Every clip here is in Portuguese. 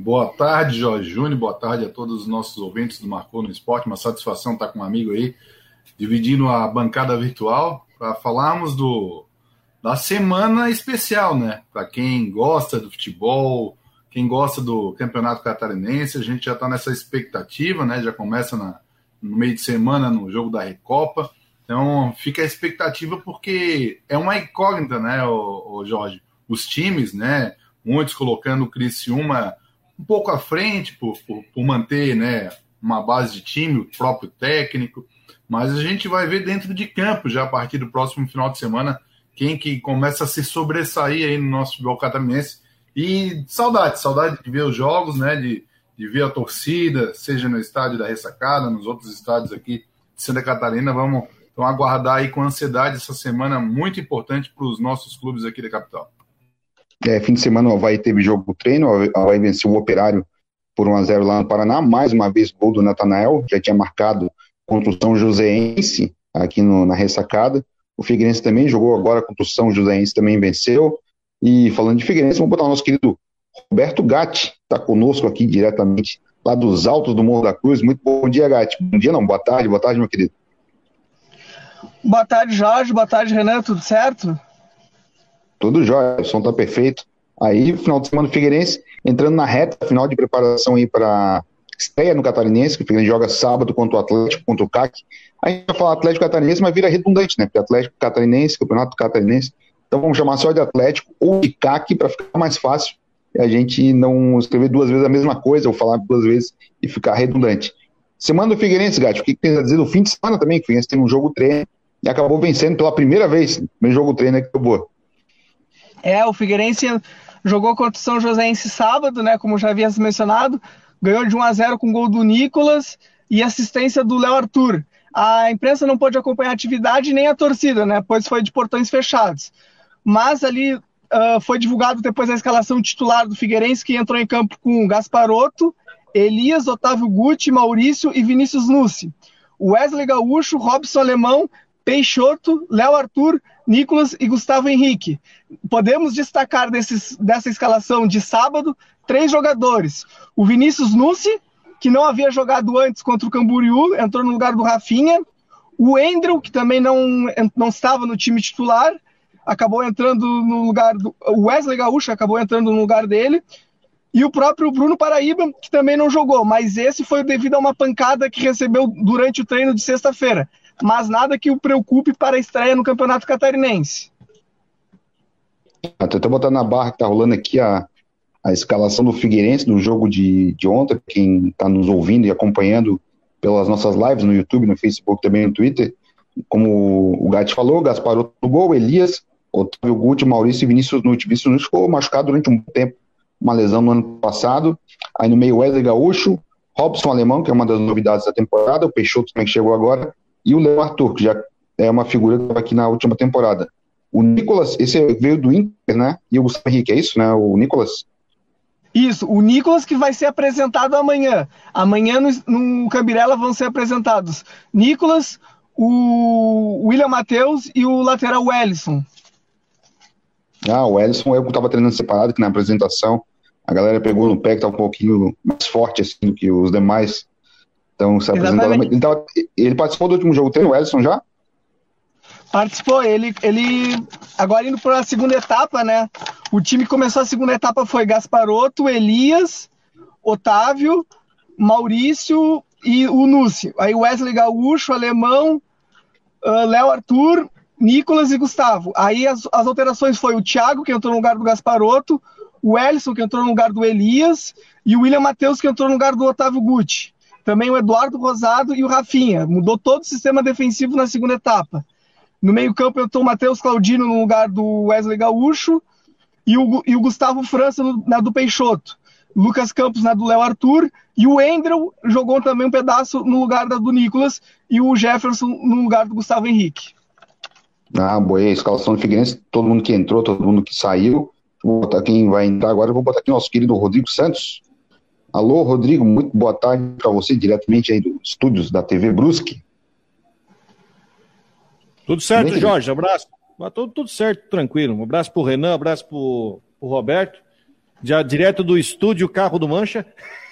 Boa tarde, Jorge Júnior, boa tarde a todos os nossos ouvintes do Marcou no Esporte. Uma satisfação estar com um amigo aí, dividindo a bancada virtual, para falarmos da semana especial, né? Para quem gosta do futebol, quem gosta do Campeonato Catarinense, a gente já está nessa expectativa, né? Já começa no meio de semana no jogo da Recopa. Então fica a expectativa porque é uma incógnita, né, o Jorge? Os times, né? Muitos colocando o Criciúma um pouco à frente por manter, né, uma base de time, o próprio técnico, mas a gente vai ver dentro de campo já a partir do próximo final de semana quem que começa a se sobressair aí no nosso futebol catarinense. E saudade de ver os jogos, né, de ver a torcida, seja no estádio da Ressacada, nos outros estádios aqui de Santa Catarina. Vamos então aguardar aí com ansiedade essa semana muito importante para os nossos clubes aqui da capital. Fim de semana o Avaí teve jogo treino, o Avaí venceu o Operário por 1-0 lá no Paraná, mais uma vez gol do Natanael, já tinha marcado contra o São Joséense aqui na Ressacada. O Figueirense também jogou agora contra o São Joséense, também venceu. E falando de Figueirense, vamos botar o nosso querido Roberto Gatti, está conosco aqui diretamente lá dos altos do Morro da Cruz. Muito bom dia, Gatti. Bom dia não, boa tarde, meu querido. Boa tarde, Jorge, boa tarde, Renan, tudo certo? Tudo jóia, o som tá perfeito. Aí, final de semana do Figueirense, entrando na reta final de preparação aí para estreia no Catarinense, que o Figueirense joga sábado contra o Atlético, contra o CAC. Aí a gente vai falar Atlético Catarinense, mas vira redundante, né? Porque Atlético Catarinense, Campeonato Catarinense. Então vamos chamar só de Atlético ou de CAC para ficar mais fácil e a gente não escrever duas vezes a mesma coisa ou falar duas vezes e ficar redundante. Semana do Figueirense, Gatti, o que tem a dizer do fim de semana também? Que o Figueirense tem um jogo treino e acabou vencendo pela primeira vez no jogo treino que acabou. O Figueirense jogou contra o São Joséense sábado, né, como já havia mencionado, ganhou de 1-0 com gol do Nicolas e assistência do Léo Arthur. A imprensa não pôde acompanhar a atividade nem a torcida, né, pois foi de portões fechados. Mas ali foi divulgado depois a escalação titular do Figueirense, que entrou em campo com Gasparotto, Elias, Otávio Guti, Maurício e Vinícius Nussi. Wesley Gaúcho, Robson Alemão, Peixoto, Léo Arthur, Nicolas e Gustavo Henrique. Podemos destacar dessa escalação de sábado 3 jogadores. O Vinícius Nussi, que não havia jogado antes contra o Camboriú, entrou no lugar do Rafinha. O Endrel, que também não estava no time titular, acabou entrando no lugar do... O Wesley Gaúcho acabou entrando no lugar dele. E o próprio Bruno Paraíba, que também não jogou. Mas esse foi devido a uma pancada que recebeu durante o treino de sexta-feira. Mas nada que o preocupe para a estreia no Campeonato Catarinense. Até botar na barra que tá rolando aqui a escalação do Figueirense do jogo de ontem, quem está nos ouvindo e acompanhando pelas nossas lives no YouTube, no Facebook, também no Twitter. Como o Gatti falou, Gasparotto no gol, Elias, Otávio Guti, Maurício e Vinícius Nutti. Vinícius Nutti ficou machucado durante um tempo, uma lesão no ano passado. Aí no meio Wesley Gaúcho, Robson Alemão, que é uma das novidades da temporada, o Peixoto também que chegou agora, e o Léo Arthur, que já é uma figura que estava aqui na última temporada. O Nicolas, esse veio do Inter, né? E o Gustavo Henrique, é isso, né? O Nicolas? Isso, o Nicolas que vai ser apresentado amanhã. Amanhã no Cambirela vão ser apresentados Nicolas, o William Matheus e o lateral Wellison. O Wellison eu estava treinando separado, que na apresentação a galera pegou no pé, que estava um pouquinho mais forte assim, do que os demais. Então, se apresentado. Ele participou do último jogo treino, o Wellison já? Participou, ele agora indo para a segunda etapa, né? O time que começou a segunda etapa foi Gasparotto, Elias, Otávio, Maurício e o Nussi. Aí Wesley Gaúcho, Alemão, Léo Arthur, Nicolas e Gustavo. Aí as alterações foi o Thiago, que entrou no lugar do Gasparotto, o Ellison, que entrou no lugar do Elias, e o William Matheus, que entrou no lugar do Otávio Guti. Também o Eduardo Rosado e o Rafinha. Mudou todo o sistema defensivo na segunda etapa. No meio-campo entrou o Matheus Claudino no lugar do Wesley Gaúcho e o Gustavo França na do Peixoto. Lucas Campos na do Léo Arthur e o Endrel jogou também um pedaço no lugar da do Nicolas e o Jefferson no lugar do Gustavo Henrique. Boa, a escalação do Figueirense, todo mundo que entrou, todo mundo que saiu. Vou botar quem vai entrar agora, vou botar aqui nosso querido Rodrigo Santos. Alô, Rodrigo, muito boa tarde para você, diretamente aí dos estúdios da TV Brusque. Tudo certo, Jorge, abraço. Tudo certo, tranquilo. Um abraço pro Renan, um abraço pro Roberto. Já direto do estúdio Carro do Mancha.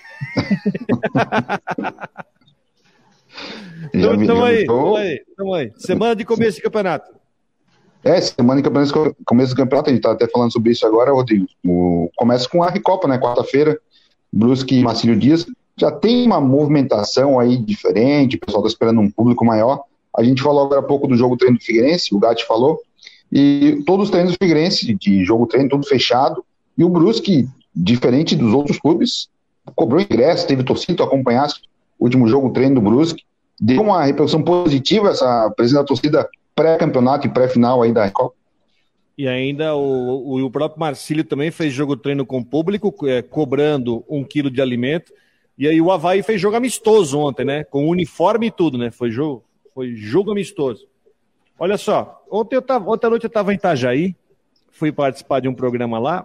Tamo aí. Semana de começo de campeonato. Semana de começo do campeonato, a gente tá até falando sobre isso agora, Rodrigo. Começa com a Recopa, né? Quarta-feira, Brusque e Marcílio Dias. Já tem uma movimentação aí diferente, o pessoal tá esperando um público maior. A gente falou agora há pouco do jogo treino do Figueirense, o Gatti falou, e todos os treinos do Figueirense, de jogo treino, tudo fechado, e o Brusque, diferente dos outros clubes, cobrou ingresso, teve torcida, acompanhasse o último jogo treino do Brusque, deu uma repercussão positiva essa presença da torcida pré-campeonato e pré-final aí da Recopa. E ainda o próprio Marcílio também fez jogo treino com o público, cobrando 1 quilo de alimento, e aí o Avaí fez jogo amistoso ontem, né, com uniforme e tudo, né, foi jogo amistoso. Olha só, ontem à noite eu estava em Itajaí, fui participar de um programa lá,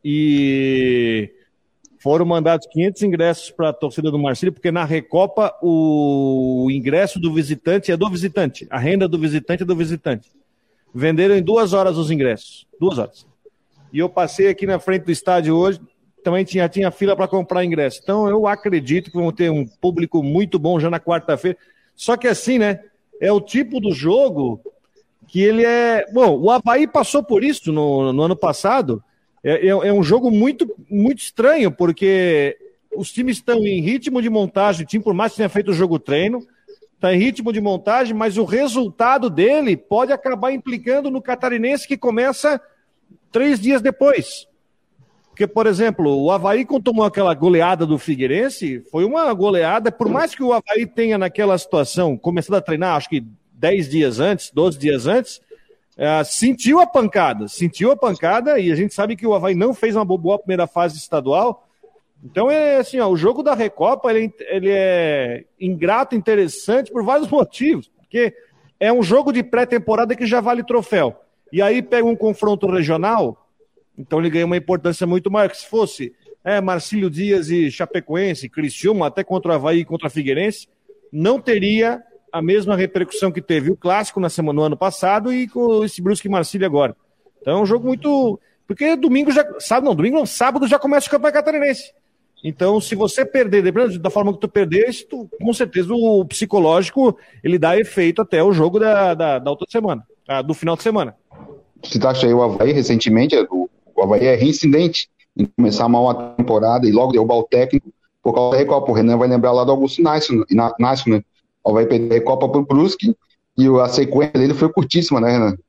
e foram mandados 500 ingressos para a torcida do Marcílio, porque na Recopa o ingresso do visitante é do visitante, a renda do visitante é do visitante. Venderam em 2 horas os ingressos, 2 horas. E eu passei aqui na frente do estádio hoje, também tinha fila para comprar ingresso. Então eu acredito que vamos ter um público muito bom já na quarta-feira. Só que assim, né, é o tipo do jogo que ele é... Bom, o Avaí passou por isso no ano passado. É um jogo muito, muito estranho, porque os times estão em ritmo de montagem, o time, por mais que tenha feito o jogo treino, está em ritmo de montagem, mas o resultado dele pode acabar implicando no catarinense que começa 3 dias depois. Porque, por exemplo, o Avaí, quando tomou aquela goleada do Figueirense, foi uma goleada, por mais que o Avaí tenha naquela situação, começado a treinar, acho que 10 dias antes, 12 dias antes, sentiu a pancada, e a gente sabe que o Avaí não fez uma boa primeira fase estadual. Então, assim, o jogo da Recopa, ele é ingrato, interessante por vários motivos, porque é um jogo de pré-temporada que já vale troféu. E aí pega um confronto regional, então ele ganha uma importância muito maior, que se fosse Marcílio Dias e Chapecoense, Criciúma, até contra o Avaí e contra a Figueirense, não teria a mesma repercussão que teve o Clássico no ano passado e com esse Brusque e Marcílio agora. Então é um jogo muito... Porque sábado já começa o Campeonato Catarinense. Então, se você perder, dependendo da forma que tu perder, com certeza o psicológico, ele dá efeito até o jogo da outra semana, do final de semana. Você acha aí o Avaí recentemente, o Avaí é reincidente em começar mal a temporada e logo derrubar o técnico por causa da Recopa. O Renan vai lembrar lá do Augusto Nácio, né? O Avaí perdeu a Recopa pro Brusque e a sequência dele foi curtíssima, né, Renan?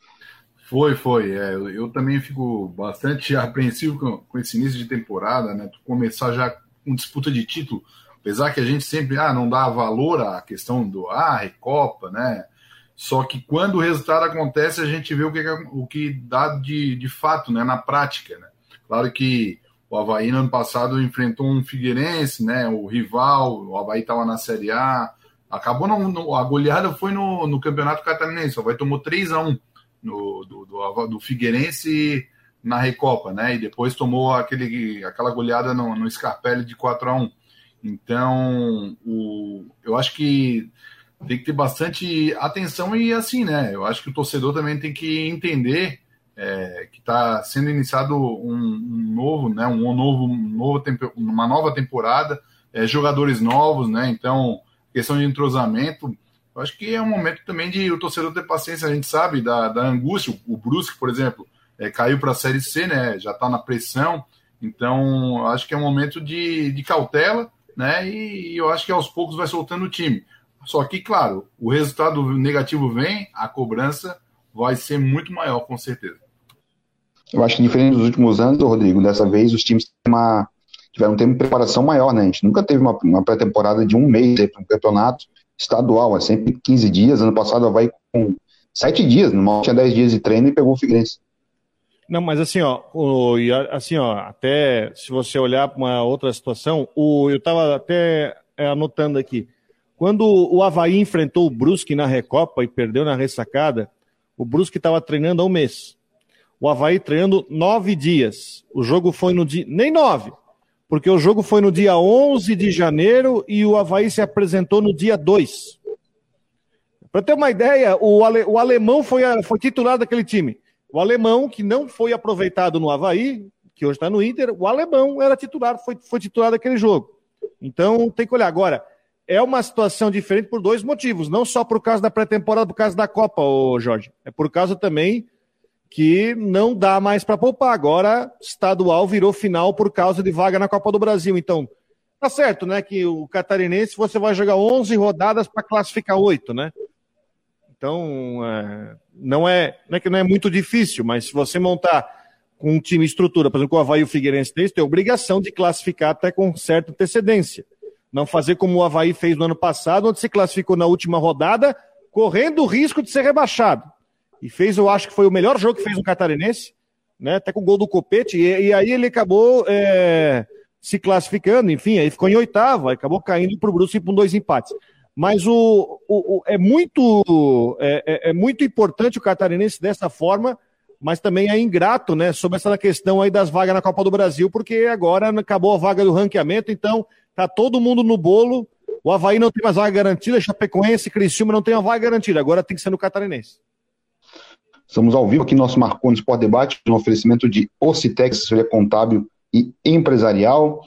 Foi. Eu também fico bastante apreensivo com esse início de temporada, né? Tu começar já com disputa de título, apesar que a gente sempre não dá valor à questão do Recopa, né? Só que quando o resultado acontece, a gente vê o que dá de fato, né? Na prática, né? Claro que o Avaí no ano passado enfrentou um Figueirense, né? O rival, o Avaí estava na Série A, acabou a goleada foi no Campeonato Catarinense, o Avaí tomou 3-1 do Figueirense na Recopa, né? E depois tomou aquela goleada no Scarpelli de 4-1. Então, eu acho que tem que ter bastante atenção e assim, né? Eu acho que o torcedor também tem que entender que está sendo iniciado uma nova temporada, jogadores novos, né? Então, questão de entrosamento. Eu acho que é um momento também de o torcedor ter paciência. A gente sabe da angústia. O Brusque, por exemplo, caiu para a Série C, né? Já está na pressão. Então, eu acho que é um momento de cautela, né? E eu acho que aos poucos vai soltando o time. Só que, claro, o resultado negativo vem, a cobrança vai ser muito maior, com certeza. Eu acho que diferente dos últimos anos, Rodrigo, dessa vez os times tiveram um tempo de preparação maior, né? A gente nunca teve uma pré-temporada de um mês para um campeonato estadual, é sempre 15 dias. Ano passado o Avaí com 7 dias, no mal tinha 10 dias de treino e pegou o Figueirense. Não, mas assim, até se você olhar para uma outra situação, eu estava até anotando aqui, quando o Avaí enfrentou o Brusque na Recopa e perdeu na ressacada, o Brusque estava treinando há um mês. O Avaí treinando 9 dias. O jogo foi no dia... Nem 9, porque o jogo foi no dia 11 de janeiro e o Avaí se apresentou no dia 2. Para ter uma ideia, o alemão foi titular daquele time. O alemão, que não foi aproveitado no Avaí, que hoje está no Inter, o alemão era titular, foi titular daquele jogo. Então tem que olhar. Agora, é uma situação diferente por 2 motivos, não só por causa da pré-temporada, por causa da Copa, Jorge. É por causa também que não dá mais para poupar. Agora, estadual virou final por causa de vaga na Copa do Brasil. Então, tá certo, né, que o catarinense você vai jogar 11 rodadas para classificar 8, né? Então, não é que não é muito difícil, mas se você montar com um time estrutura, por exemplo, com o Avaí e o Figueirense tem obrigação de classificar até com certa antecedência. Não fazer como o Avaí fez no ano passado, onde se classificou na última rodada, correndo o risco de ser rebaixado. E fez, eu acho que foi o melhor jogo que fez no Catarinense, né? Até com o gol do Copete, e aí ele acabou se classificando, enfim, aí ficou em 8º, acabou caindo para o Brusque com 2 empates. Mas é muito importante o Catarinense dessa forma, mas também é ingrato, né, sobre essa questão aí das vagas na Copa do Brasil, porque agora acabou a vaga do ranqueamento, então tá todo mundo no bolo, o Avaí não tem mais vaga garantida, Chapecoense, Criciúma não tem uma vaga garantida, agora tem que ser no Catarinense. Estamos ao vivo aqui no nosso Marconi Sport Debate, no oferecimento de Ocitex, assessoria contábil e empresarial,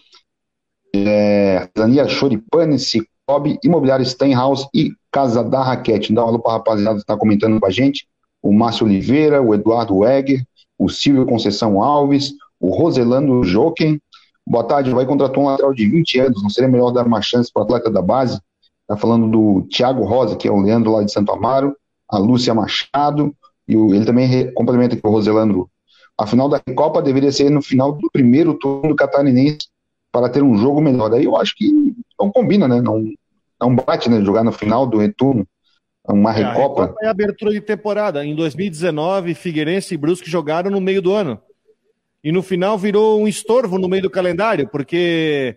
Artesania Choripane, Cicobi, Imobiliário Stenhouse e Casa da Raquete. Dá um alô para a rapaziada que está comentando com a gente, o Márcio Oliveira, o Eduardo Wegger, o Silvio Conceição Alves, o Roselando Jochen. Boa tarde, vai contratar um lateral de 20 anos, não seria melhor dar uma chance para o atleta da base? Está falando do Thiago Rosa, que é o Leandro lá de Santo Amaro, a Lúcia Machado, e ele também complementa aqui o Roselando. A final da Copa deveria ser no final do primeiro turno do Catarinense para ter um jogo melhor. Daí eu acho que não combina, né? Não bate, né? Jogar no final do retorno. Uma Recopa. A Recopa é a abertura de temporada. Em 2019, Figueirense e Brusque jogaram no meio do ano. E no final virou um estorvo no meio do calendário, porque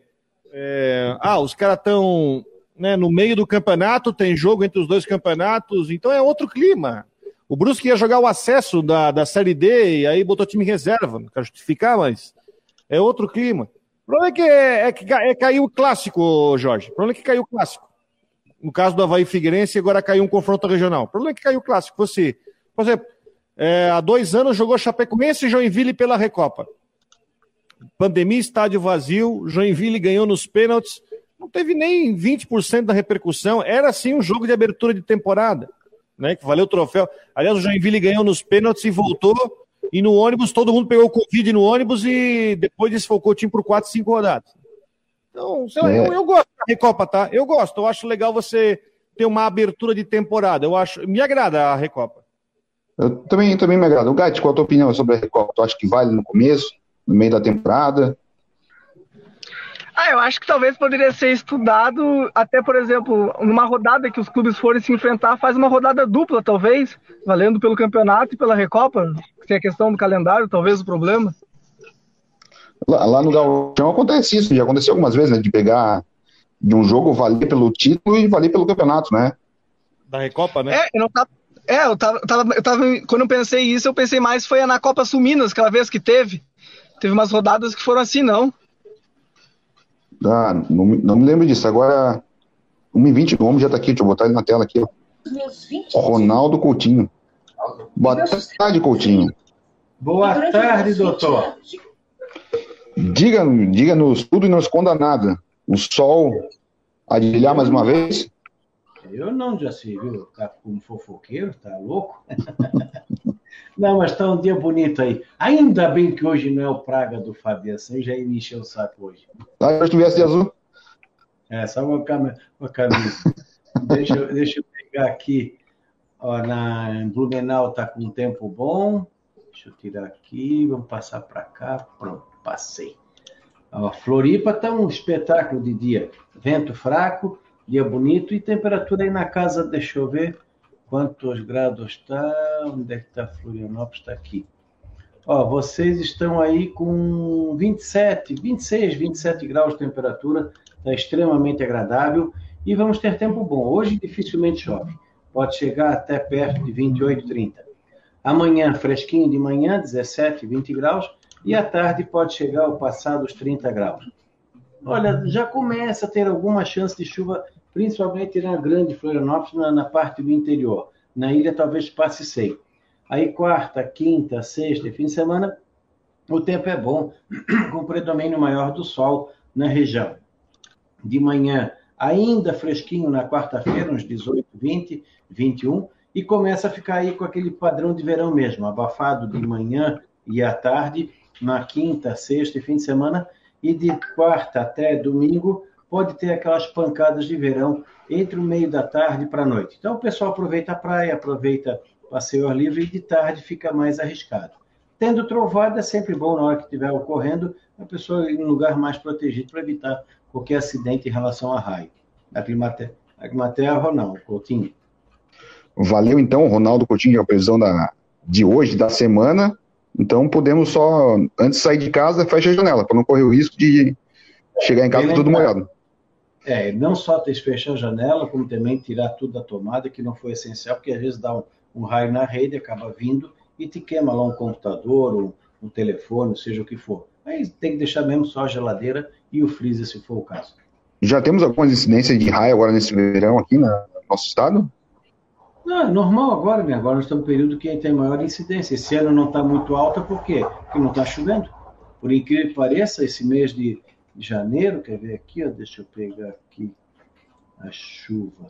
os caras estão, né, no meio do campeonato, tem jogo entre os 2 campeonatos, então é outro clima. O Brusque ia jogar o acesso da Série D e aí botou time reserva, não quero justificar, mas é outro clima. O problema é que caiu o clássico, Jorge. O problema é que caiu o clássico. No caso do Avaí Figueirense, agora caiu um confronto regional. O problema é que caiu o clássico. Você, por exemplo, há 2 anos jogou Chapecoense e Joinville pela Recopa. Pandemia, estádio vazio, Joinville ganhou nos pênaltis. Não teve nem 20% da repercussão. Era, sim, um jogo de abertura de temporada, né, que valeu o troféu. Aliás, o Joinville ganhou nos pênaltis e voltou. E no ônibus, todo mundo pegou Covid no ônibus e depois desfocou o time por 4, 5 rodadas. Então, eu gosto da Recopa, tá? Eu gosto. Eu acho legal você ter uma abertura de temporada. Me agrada a Recopa. Eu também me agrada. O Gatti, qual a tua opinião sobre a Recopa? Tu acha que vale no começo, no meio da temporada? Eu acho que talvez poderia ser estudado até, por exemplo, numa rodada que os clubes forem se enfrentar, faz uma rodada dupla, talvez, valendo pelo campeonato e pela Recopa. Tem a questão do calendário, talvez o problema. Lá no Gauchão acontece isso, já aconteceu algumas vezes, né, de pegar de um jogo valer pelo título e valer pelo campeonato, né? Da Recopa, né? Quando eu pensei isso, eu pensei mais foi na Copa Sul Minas, aquela vez que teve. Teve umas rodadas que foram assim, não. Não me lembro disso. Agora, 1h20, o homem já tá aqui, deixa eu botar ele na tela aqui, ó. Ronaldo Coutinho. Boa tarde, Coutinho. Boa tarde, doutor. Diga-nos tudo e não esconda nada. O sol a brilhar mais uma vez? Eu não, já se viu, tá como fofoqueiro, tá louco? Não, mas tá um dia bonito aí. Ainda bem que hoje não é o praga do Fabiano, aí já ia me encher o saco hoje. Se tivesse de azul? Só uma camisa. deixa eu pegar aqui. Ó, em Blumenau tá com um tempo bom. Deixa eu tirar aqui, vamos passar para cá. Pronto, passei. Ó, Floripa tá um espetáculo de dia. Vento fraco, dia bonito e temperatura aí na casa, deixa eu ver quantos graus está. Onde é que está Florianópolis? Está aqui. Ó, vocês estão aí com 26, 27 graus de temperatura, está extremamente agradável e vamos ter tempo bom. Hoje dificilmente chove, pode chegar até perto de 28, 30. Amanhã, fresquinho de manhã, 17, 20 graus, e à tarde pode chegar ao passar dos 30 graus. Olha, já começa a ter alguma chance de chuva, principalmente na grande Florianópolis, na parte do interior. Na ilha talvez passe sem. Aí quarta, quinta, sexta e fim de semana, o tempo é bom, com predomínio maior do sol na região. De manhã, ainda fresquinho na quarta-feira, uns 18, 20, 21, e começa a ficar aí com aquele padrão de verão mesmo, abafado de manhã e à tarde, na quinta, sexta e fim de semana, e de quarta até domingo, pode ter aquelas pancadas de verão entre o meio da tarde para a noite. Então, o pessoal aproveita a praia, aproveita o passeio ao ar livre, e de tarde fica mais arriscado. Tendo trovada, é sempre bom, na hora que estiver ocorrendo, a pessoa ir em um lugar mais protegido para evitar qualquer acidente em relação a raio. A Climaterra, Ronaldo Coutinho. Valeu, então, Ronaldo Coutinho, a previsão de hoje, da semana. Então, podemos só, antes de sair de casa, fecha a janela, para não correr o risco de chegar em casa tudo molhado. Não só ter que fechar a janela, como também tirar tudo da tomada, que não foi essencial, porque às vezes dá um raio na rede, acaba vindo e te queima lá um computador, um telefone, seja o que for. Aí tem que deixar mesmo só a geladeira e o freezer, se for o caso. Já temos algumas incidências de raio agora nesse verão aqui no nosso estado? Não, é normal agora, né? Agora nós estamos no período que tem maior incidência. Esse ano não está muito alta, por quê? Porque não está chovendo. Por incrível que pareça, esse mês de janeiro, quer ver aqui, ó, deixa eu pegar aqui a chuva.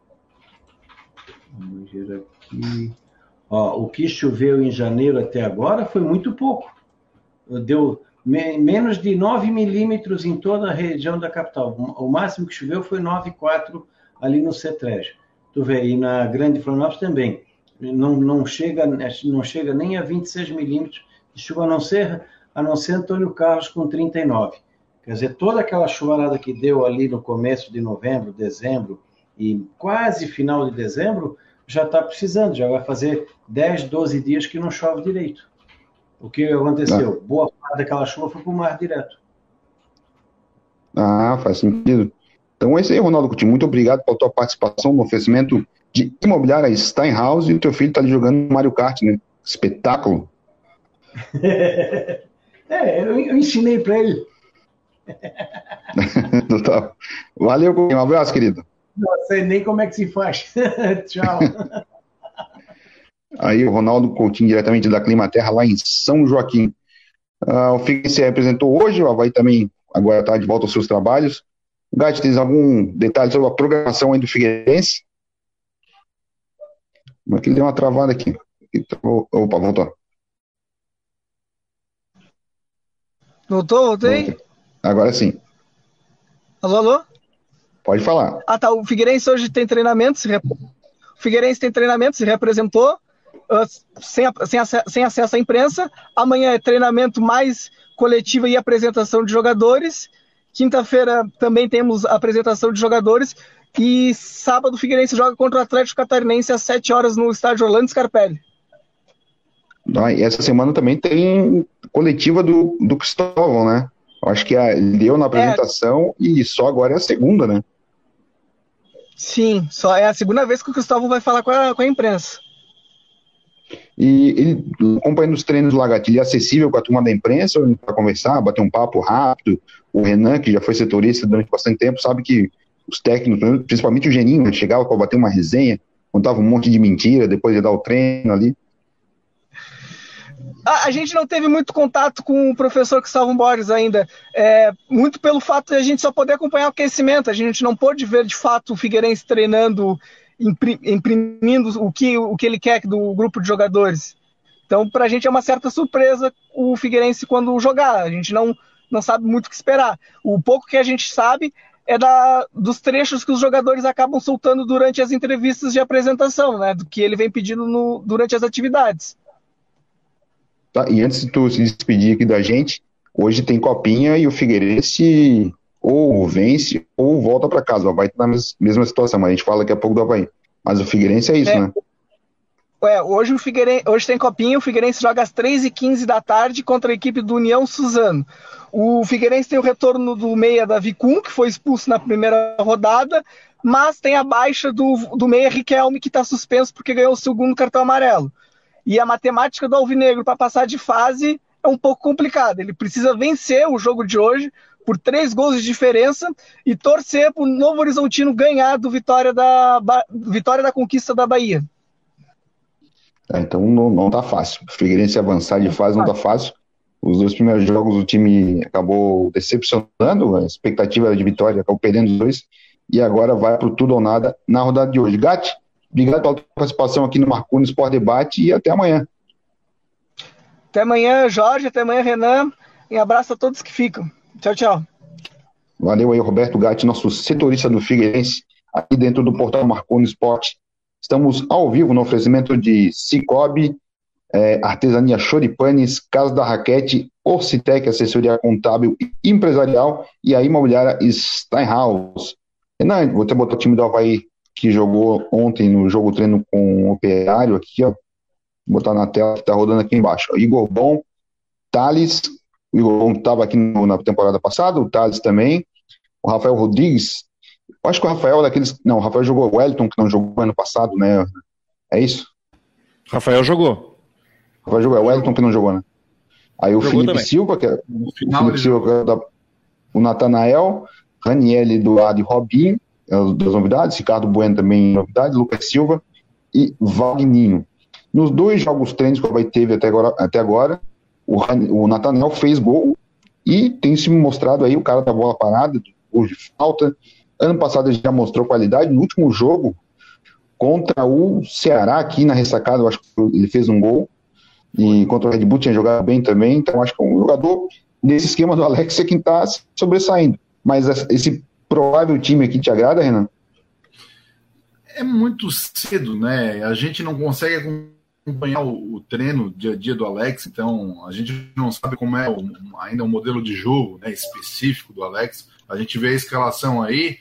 Vamos ver aqui. Ó, o que choveu em janeiro até agora foi muito pouco. Deu menos de 9 milímetros em toda a região da capital. O máximo que choveu foi 9,4 ali no Cetrejo. Tu vê, e na Grande Florianópolis também. Não chega nem a 26 milímetros de chuva, a não ser Antônio Carlos com 39. Quer dizer, toda aquela chuvarada que deu ali no começo de novembro, dezembro e quase final de dezembro, já está precisando, já vai fazer 10, 12 dias que não chove direito. O que aconteceu? Boa parte daquela chuva foi para o mar direto. Faz sentido. Então é isso aí, Ronaldo Coutinho. Muito obrigado pela tua participação no oferecimento de Imobiliária Steinhaus, e o teu filho está ali jogando Mario Kart, né? Espetáculo. Eu ensinei para ele. Valeu, um abraço, querido. Não sei nem como é que se faz. Tchau. Aí o Ronaldo Coutinho, diretamente da Climaterra, lá em São Joaquim. O Figueirense se representou hoje, o Avaí também agora está de volta aos seus trabalhos. Gatti, tem algum detalhe sobre a programação aí do Figueirense? Mas que deu uma travada aqui. Opa, voltou. Voltei? Agora sim. Alô? Pode falar. Tá. O Figueirense hoje tem treinamento. O Figueirense tem treinamento, se representou, sem acesso à imprensa. Amanhã é treinamento mais coletiva e apresentação de jogadores. Quinta-feira também temos apresentação de jogadores. E sábado o Figueirense joga contra o Atlético Catarinense às 7 horas no estádio Orlando Scarpelli. E essa semana também tem coletiva do Cristóvão, né? Eu acho que deu na apresentação e só agora é a segunda, né? Sim, só é a segunda vez que o Cristóvão vai falar com a imprensa. E ele, acompanhando os treinos do Lagatilho, é acessível com a turma da imprensa para conversar, bater um papo rápido? O Renan, que já foi setorista durante bastante tempo, sabe que os técnicos, principalmente o Geninho, né, chegava para bater uma resenha, contava um monte de mentira, depois de dar o treino ali. A gente não teve muito contato com o professor Cristóvão Borges ainda, muito pelo fato de a gente só poder acompanhar o aquecimento. A gente não pôde ver de fato o Figueirense treinando, imprimindo o que ele quer do grupo de jogadores. Então, para a gente é uma certa surpresa o Figueirense quando jogar. A gente não sabe muito o que esperar. O pouco que a gente sabe é dos trechos que os jogadores acabam soltando durante as entrevistas de apresentação, né, do que ele vem pedindo durante as atividades. Tá, e antes de tu se despedir aqui da gente, hoje tem Copinha e o Figueirense ou vence ou volta para casa. O Avaí tá na mesma situação, mas a gente fala daqui a pouco do Avaí. Mas o Figueirense é isso, né? Hoje tem Copinha, o Figueirense joga às 3h15 da tarde contra a equipe do União Suzano. O Figueirense tem o retorno do meia Davi Kuhn, que foi expulso na primeira rodada, mas tem a baixa do meia Riquelme, que está suspenso porque ganhou o segundo cartão amarelo. E a matemática do Alvinegro para passar de fase é um pouco complicada. Ele precisa vencer o jogo de hoje por 3 gols de diferença e torcer para o Novo Horizontino ganhar do Vitória da Conquista da Bahia. Então não tá fácil. O Figueirense avançar de fase não tá fácil. Os 2 primeiros jogos o time acabou decepcionando, a expectativa era de vitória, acabou perdendo os 2, e agora vai para o tudo ou nada na rodada de hoje. Gatti, obrigado pela tua participação aqui no Marcou no Sport Debate e até amanhã. Até amanhã, Jorge, até amanhã, Renan, e abraço a todos que ficam. Tchau, tchau. Valeu aí, Roberto Gatti, nosso setorista do Figueirense, aqui dentro do portal Marcou no Sport. Estamos ao vivo no oferecimento de Cicobi, Artesania Choripanes, Casa da Raquete, Orcitec, assessoria contábil e empresarial, e a imobiliária Steinhaus. Renan, vou até botar o time do Avaí que jogou ontem no jogo treino com o Operário aqui, ó. Vou botar na tela que tá rodando aqui embaixo. Ó. Igor Bom, Thales, o Igor Bom estava aqui na temporada passada, o Thales também, o Rafael Rodrigues. Eu acho que o Rafael é daqueles. Não, o Rafael jogou o Wellington, que não jogou ano passado, né? É isso? Rafael jogou. O Wellington que não jogou, né? Aí o Felipe também. Silva, que é o Felipe Silva, o Natanael, Raniel, Eduardo e Robinho, das novidades, Ricardo Bueno também novidades, Lucas Silva e Wagninho. Nos 2 jogos treinos que o Avaí teve até agora, o Natanael fez gol e tem se mostrado aí o cara da bola parada, do gol de falta. Ano passado ele já mostrou qualidade. No último jogo, contra o Ceará, aqui na ressacada, eu acho que ele fez um gol. E contra o Red Bull tinha jogado bem também. Então acho que é um jogador nesse esquema do Alex é quem está sobressaindo. Mas esse provável time aqui te agrada, Renan? É muito cedo, né? A gente não consegue acompanhar o treino dia a dia do Alex, então a gente não sabe como é ainda o modelo de jogo, né, específico do Alex. A gente vê a escalação aí,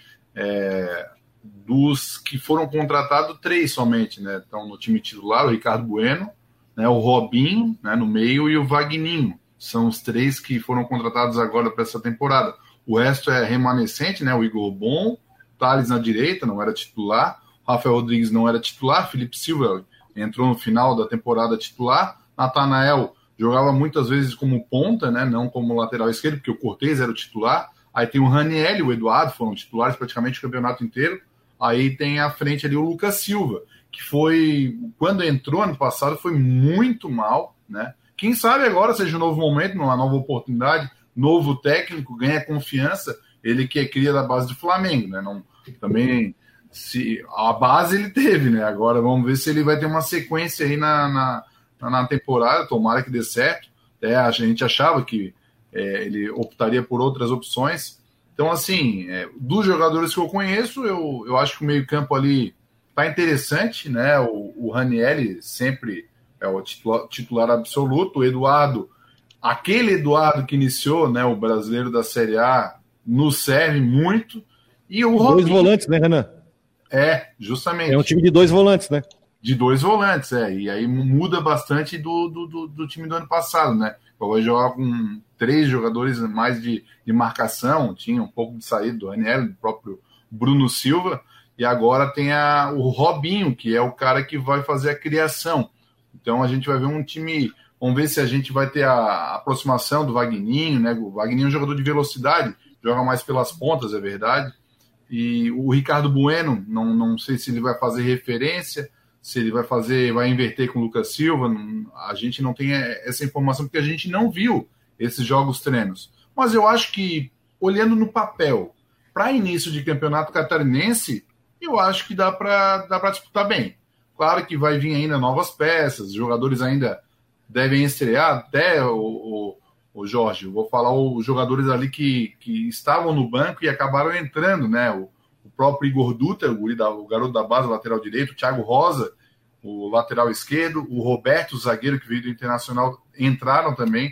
dos que foram contratados 3 somente, né? Então no time titular, o Ricardo Bueno, né, o Robinho, né, no meio, e o Wagninho. São os 3 que foram contratados agora para essa temporada. O resto é remanescente, né? O Igor Bom, Thales na direita, não era titular, Rafael Rodrigues não era titular, Felipe Silva entrou no final da temporada titular, Natanael jogava muitas vezes como ponta, né? Não como lateral esquerdo, porque o Cortez era o titular. Aí tem o Raniel e o Eduardo, foram titulares praticamente o campeonato inteiro. Aí tem à frente ali o Lucas Silva, que foi, quando entrou ano passado, foi muito mal, né? Quem sabe agora seja um novo momento, uma nova oportunidade, novo técnico, ganha confiança, ele que é cria da base do Flamengo, né? Não, também, se a base ele teve, né? Agora vamos ver se ele vai ter uma sequência aí na temporada, tomara que dê certo. A gente achava que ele optaria por outras opções. Então, assim, dos jogadores que eu conheço, eu acho que o meio-campo ali tá interessante, né? O Raniel sempre é o titular absoluto. O Eduardo, aquele Eduardo que iniciou, né, o brasileiro da Série A, nos serve muito. E o Robinho, 2 volantes, né, Renan? Justamente. É um time de 2 volantes, né? De 2 volantes, e aí muda bastante do time do ano passado, né? Vai jogar com 3 jogadores mais de marcação, tinha um pouco de saída do Raniel, do próprio Bruno Silva, e agora tem o Robinho, que é o cara que vai fazer a criação. Então a gente vai ver um time, vamos ver se a gente vai ter a aproximação do Wagninho, né? O Wagninho é um jogador de velocidade, joga mais pelas pontas, é verdade. E o Ricardo Bueno, não sei se ele vai fazer referência, se ele vai inverter com o Lucas Silva, a gente não tem essa informação, porque a gente não viu esses jogos treinos. Mas eu acho que, olhando no papel, para início de campeonato catarinense, eu acho que dá para disputar bem. Claro que vai vir ainda novas peças, os jogadores ainda devem estrear, até o Jorge, eu vou falar os jogadores ali que estavam no banco e acabaram entrando, né? O próprio Igor Dutra, o garoto da base, lateral direito, o Thiago Rosa, o lateral esquerdo, o Roberto, o zagueiro que veio do Internacional, entraram também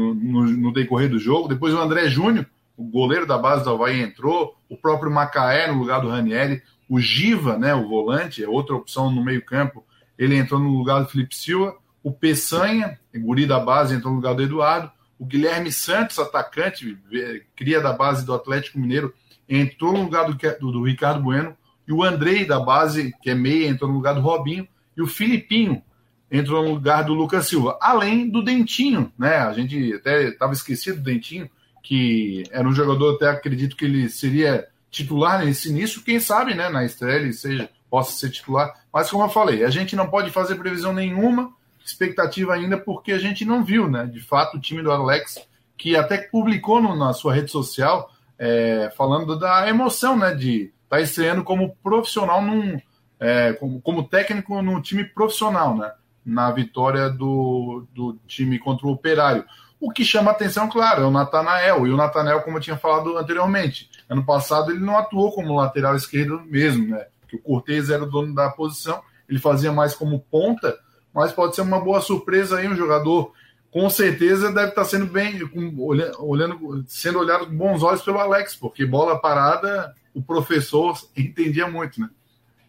no decorrer do jogo. Depois o André Júnior, o goleiro da base do Avaí, entrou, o próprio Macaé no lugar do Raniel, o Giva, né, o volante, é outra opção no meio campo, ele entrou no lugar do Felipe Silva, o Peçanha, guri da base, entrou no lugar do Eduardo, o Guilherme Santos, atacante, cria da base do Atlético Mineiro, entrou no lugar do Ricardo Bueno, e o Andrei da base, que é meia, entrou no lugar do Robinho, e o Filipinho entrou no lugar do Lucas Silva, além do Dentinho, né? A gente até estava esquecido do Dentinho, que era um jogador, até acredito que ele seria titular nesse início, quem sabe, né, na estreia ele possa ser titular, mas como eu falei, a gente não pode fazer previsão nenhuma, expectativa ainda porque a gente não viu, né? De fato, o time do Alex, que até publicou na sua rede social, falando da emoção, né? De estar estreando como profissional, como técnico num time profissional, né? Na vitória do time contra o Operário. O que chama atenção, claro, é o Natanael. E o Natanael, como eu tinha falado anteriormente, ano passado ele não atuou como lateral esquerdo mesmo, né? Porque o Cortez era o dono da posição, ele fazia mais como ponta, mas pode ser uma boa surpresa aí, um jogador com certeza deve estar sendo sendo olhado com bons olhos pelo Alex, porque bola parada, o professor entendia muito, né?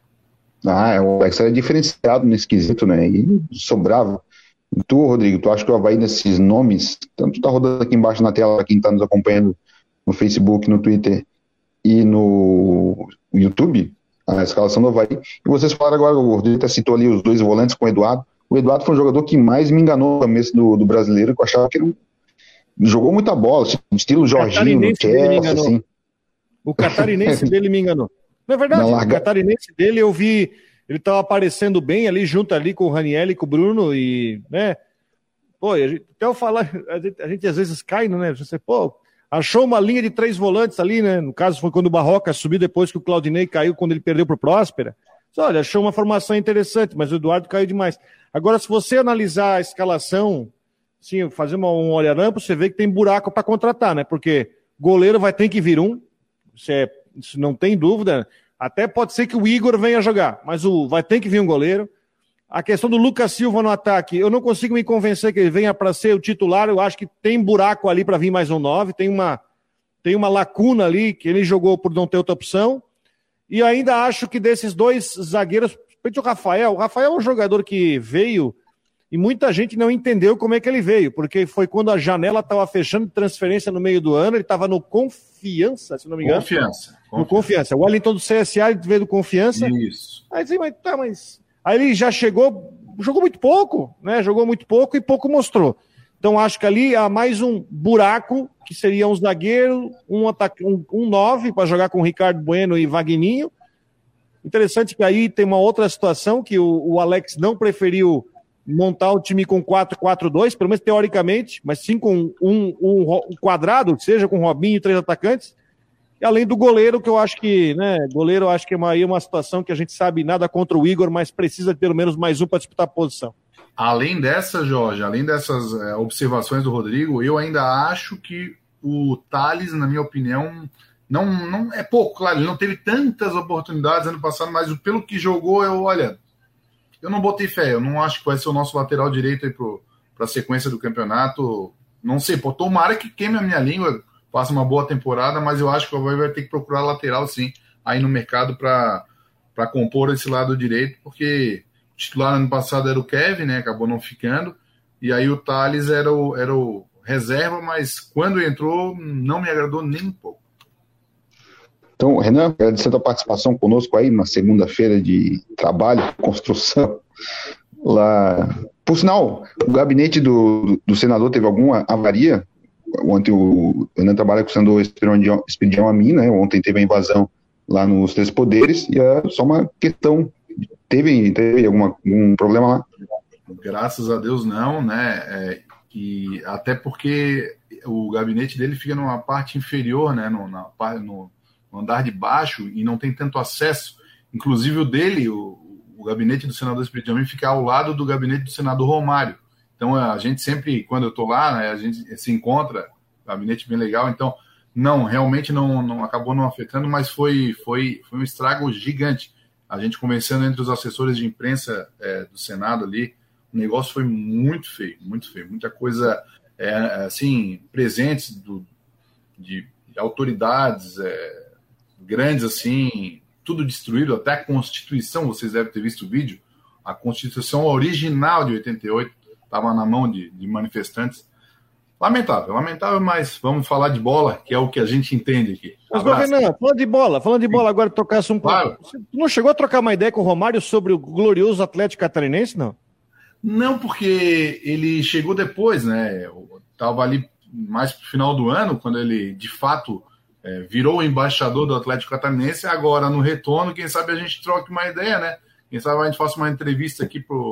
O Alex era diferenciado nesse quesito, né? E sobrava. E tu, Rodrigo, tu acha que o Avaí, nesses nomes, tanto tá rodando aqui embaixo na tela, quem tá nos acompanhando no Facebook, no Twitter e no YouTube, a escalação do Avaí. E vocês falaram agora, o Rodrigo até citou ali os dois volantes com o Eduardo. O Eduardo foi um jogador que mais me enganou no começo do Brasileiro, que eu achava que ele jogou muita bola, estilo Jorginho, no Chelsea, assim. O catarinense dele me enganou. Não é verdade? O catarinense dele eu vi, ele estava aparecendo bem ali, junto ali com o Raniel e com o Bruno, e, né, pô, até eu falar, a gente às vezes cai, né, você, pô, achou uma linha de 3 volantes ali, né, no caso foi quando o Barroca subiu depois que o Claudinei caiu, quando ele perdeu pro Próspera, olha, achou uma formação interessante, mas o Eduardo caiu demais. Agora, se você analisar a escalação, sim, fazer um olharampo, você vê que tem buraco para contratar, né, porque goleiro vai ter que vir isso não tem dúvida. Até pode ser que o Igor venha jogar, mas vai ter que vir um goleiro. A questão do Lucas Silva no ataque, eu não consigo me convencer que ele venha para ser o titular. Eu acho que tem buraco ali para vir mais um 9. Tem uma lacuna ali que ele jogou por não ter outra opção. E ainda acho que desses 2 zagueiros, principalmente o Rafael é um jogador que veio e muita gente não entendeu como é que ele veio, porque foi quando a janela estava fechando de transferência no meio do ano, ele estava no Confiança, se não me engano. No Confiança. O Wellington do CSA veio do Confiança. Isso. Aí ele já jogou muito pouco, né? Jogou muito pouco e pouco mostrou. Então acho que ali há mais um buraco, que seria um zagueiro, um 9 para jogar com o Ricardo Bueno e Vagninho. Interessante que aí tem uma outra situação que o Alex não preferiu montar o time com 4-4-2, pelo menos teoricamente, mas sim com um quadrado, que seja com Robinho e 3 atacantes, e além do goleiro, que eu acho que, né, goleiro eu acho que é uma situação que a gente sabe nada contra o Igor, mas precisa de pelo menos mais um para disputar a posição. Além dessa, Jorge, além dessas observações do Rodrigo, eu ainda acho que o Thales, na minha opinião, não é pouco, claro, ele não teve tantas oportunidades ano passado, mas pelo que jogou, eu não botei fé, eu não acho que vai ser o nosso lateral direito aí para a sequência do campeonato. Não sei, tomara que queime a minha língua, faça uma boa temporada, mas eu acho que o Avaí vai ter que procurar lateral sim, aí no mercado para compor esse lado direito, porque o titular ano passado era o Kevin, né, acabou não ficando, e aí o Thales era o reserva, mas quando entrou não me agradou nem um pouco. Então, Renan, agradecer a tua participação conosco aí, uma segunda-feira de trabalho, construção, lá. Por sinal, o gabinete do senador teve alguma avaria? Ontem o Renan trabalha com o senador Esperidião Amin, né? Ontem teve a invasão lá nos 3 poderes, e é só uma questão, teve algum problema lá? Graças a Deus não, né? E até porque o gabinete dele fica numa parte inferior, né? No andar de baixo, e não tem tanto acesso. Inclusive o dele, o gabinete do senador Espírito Amin fica ao lado do gabinete do senador Romário. Então a gente sempre, quando eu estou lá, né, a gente se encontra, gabinete bem legal. Então, realmente não acabou não afetando, mas foi um estrago gigante. A gente conversando entre os assessores de imprensa do Senado ali, o negócio foi muito feio. Muita coisa, assim, presentes de autoridades grandes, assim, tudo destruído, até a Constituição, vocês devem ter visto o vídeo, a Constituição original de 88 estava na mão de manifestantes. Lamentável, mas vamos falar de bola, que é o que a gente entende aqui. Mas, Renan, falando de bola, agora tocasse um pouco. Claro. Você não chegou a trocar uma ideia com o Romário sobre o glorioso Atlético Catarinense, não? Não, porque ele chegou depois, né? Estava ali mais pro final do ano, quando ele, de fato, virou o embaixador do Atlético Catarinense. Agora, no retorno, quem sabe a gente troque uma ideia, né? Quem sabe a gente faça uma entrevista aqui pro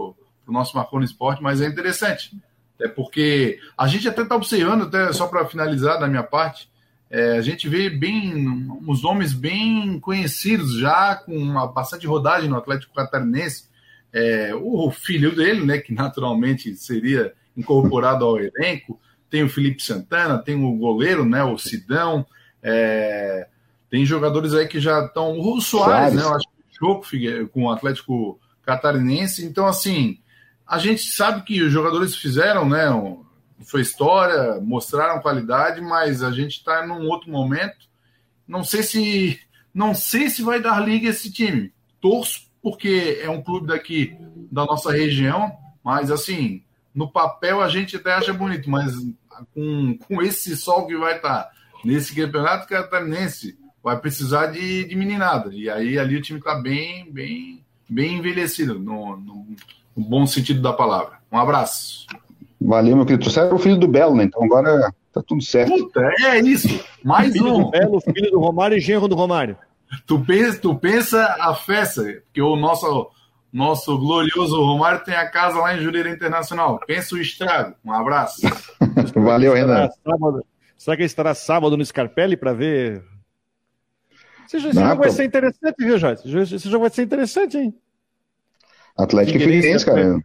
nosso Marcou no Esporte, mas é interessante. É porque a gente até está observando, até só para finalizar da minha parte, a gente vê uns nomes bem conhecidos já, com bastante rodagem no Atlético Catarinense. O filho dele, né, que naturalmente seria incorporado ao elenco, tem o Felipe Santana, tem o goleiro, né, o Sidão, tem jogadores aí que já estão... O Soares, né, eu acho que jogou com o Atlético Catarinense. Então, assim, a gente sabe que os jogadores fizeram, né, foi história, mostraram qualidade, mas a gente está num outro momento. Não sei se vai dar liga esse time. Torço, porque é um clube daqui da nossa região, mas, assim, no papel a gente até acha bonito, mas com esse sol que vai estar nesse campeonato catarinense, vai precisar de meninada. E aí ali o time está bem envelhecido, no bom sentido da palavra. Um abraço. Valeu, meu querido. Você era o filho do Belo, né? Então agora tá tudo certo. Puta, é isso. Mais filho um. Do Belo, filho do Romário e genro do Romário. Tu pensa a festa, porque o nosso glorioso Romário tem a casa lá em Jurerê Internacional. Pensa o estrago. Um abraço. Valeu, Renan. Será que ele estará sábado no Scarpelli para ver? Esse jogo vai ser interessante, viu, Jorge? Esse jogo vai ser interessante, hein? Atlético e Figueirense, cara.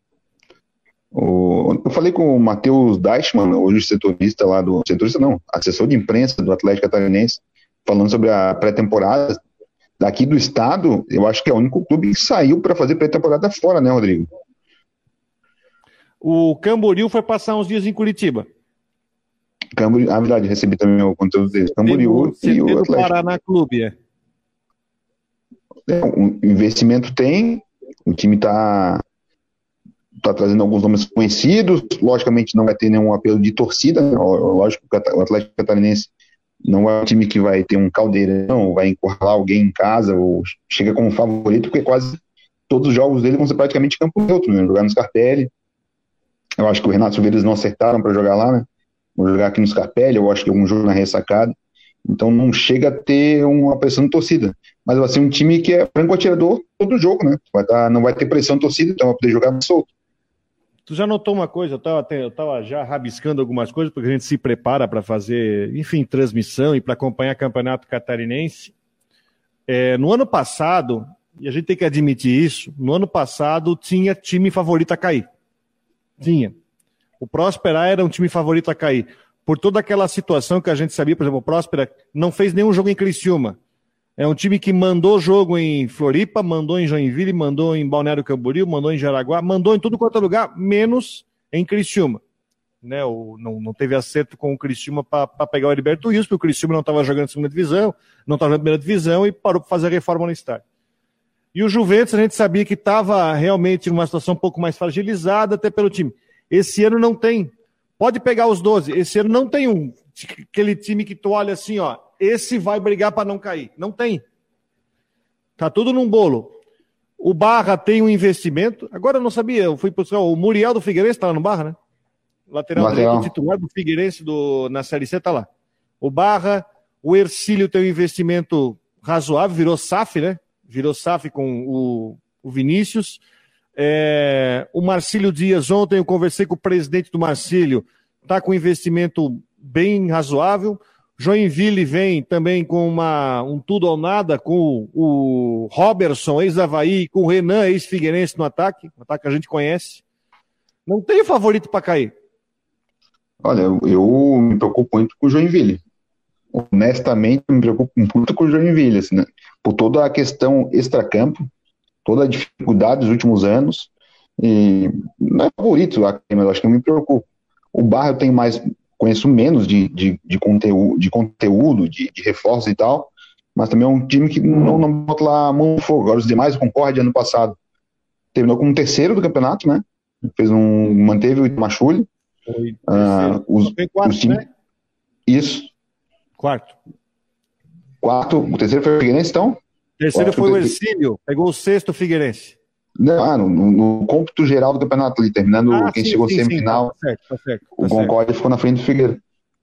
Eu falei com o Matheus Deichmann, hoje setorista lá do... Setorista não, assessor de imprensa do Atlético Catarinense, falando sobre a pré-temporada. Daqui do estado, eu acho que é o único clube que saiu para fazer pré-temporada fora, né, Rodrigo? O Camboriú foi passar uns dias em Curitiba. Camboriú, verdade, recebi também o conteúdo dele. Camboriú e o Atlético. Paraná Clube, o investimento tem, o time tá trazendo alguns nomes conhecidos, logicamente não vai ter nenhum apelo de torcida, né? Lógico que o Atlético Catarinense não é um time que vai ter um caldeirão, vai encurralar alguém em casa, ou chega como favorito, porque quase todos os jogos dele vão ser praticamente campo neutro, né? Jogar no Scarpelli. Eu acho que o Renato Silveira eles não acertaram para jogar lá, né? Vou jogar aqui no Scarpelli, eu acho que algum jogo na ressacada. Então não chega a ter uma pressão de torcida. Mas vai ser um time que é franco atirador todo jogo, né? Não vai ter pressão de torcida, então vai poder jogar mais solto. Tu já notou uma coisa? Eu tava já rabiscando algumas coisas, porque a gente se prepara para fazer, enfim, transmissão e para acompanhar campeonato catarinense. No ano passado, e a gente tem que admitir isso, no ano passado tinha time favorito a cair. Tinha. O Próspera era um time favorito a cair. Por toda aquela situação que a gente sabia, por exemplo, o Próspera não fez nenhum jogo em Criciúma. É um time que mandou jogo em Floripa, mandou em Joinville, mandou em Balneário Camboriú, mandou em Jaraguá, mandou em tudo quanto é lugar, menos em Criciúma. Né? Não teve acerto com o Criciúma para pegar o Heriberto Wilson, porque o Criciúma não estava jogando segunda divisão, não estava jogando primeira divisão e parou para fazer a reforma no estádio. E o Juventus, a gente sabia que estava realmente numa situação um pouco mais fragilizada, até pelo time. Esse ano não tem. Pode pegar os 12. Esse ano não tem aquele time que tu olha assim, ó, esse vai brigar para não cair. Não tem. Tá tudo num bolo. O Barra tem um investimento. Agora eu não sabia, eu fui buscar o Muriel do Figueirense, tá lá no Barra, né? Lateral direito, titular do Figueirense na Série C, tá lá. O Barra, o Ercílio tem um investimento razoável, virou SAF, né? Virou SAF com o Vinícius. O Marcílio Dias, ontem eu conversei com o presidente do Marcílio, está com investimento bem razoável. Joinville vem também com um tudo ou nada, com o Robertson, ex-Avaí, com o Renan, ex-Figueirense no ataque, um ataque que a gente conhece. Não tem favorito para cair. Olha, eu me preocupo muito com o Joinville. Honestamente, me preocupo muito com o Joinville, assim, né? Por toda a questão extracampo, toda a dificuldade dos últimos anos, e não é favorito, mas acho que eu me preocupo. O Barra eu tenho conheço menos de conteúdo, de reforços e tal, mas também é um time que não bota lá a mão no fogo. Agora os demais, o Concórdia, ano passado, terminou como terceiro do campeonato, né? Manteve o Itamachule. Foi quarto, né? Isso. Quarto. O terceiro foi o Figueirense, então? O terceiro foi o Ercílio, pegou o sexto Figueirense. No cômputo geral do campeonato ali, terminando quem chegou semifinal, tá certo. O Concórdia ficou na frente do Figueiredo.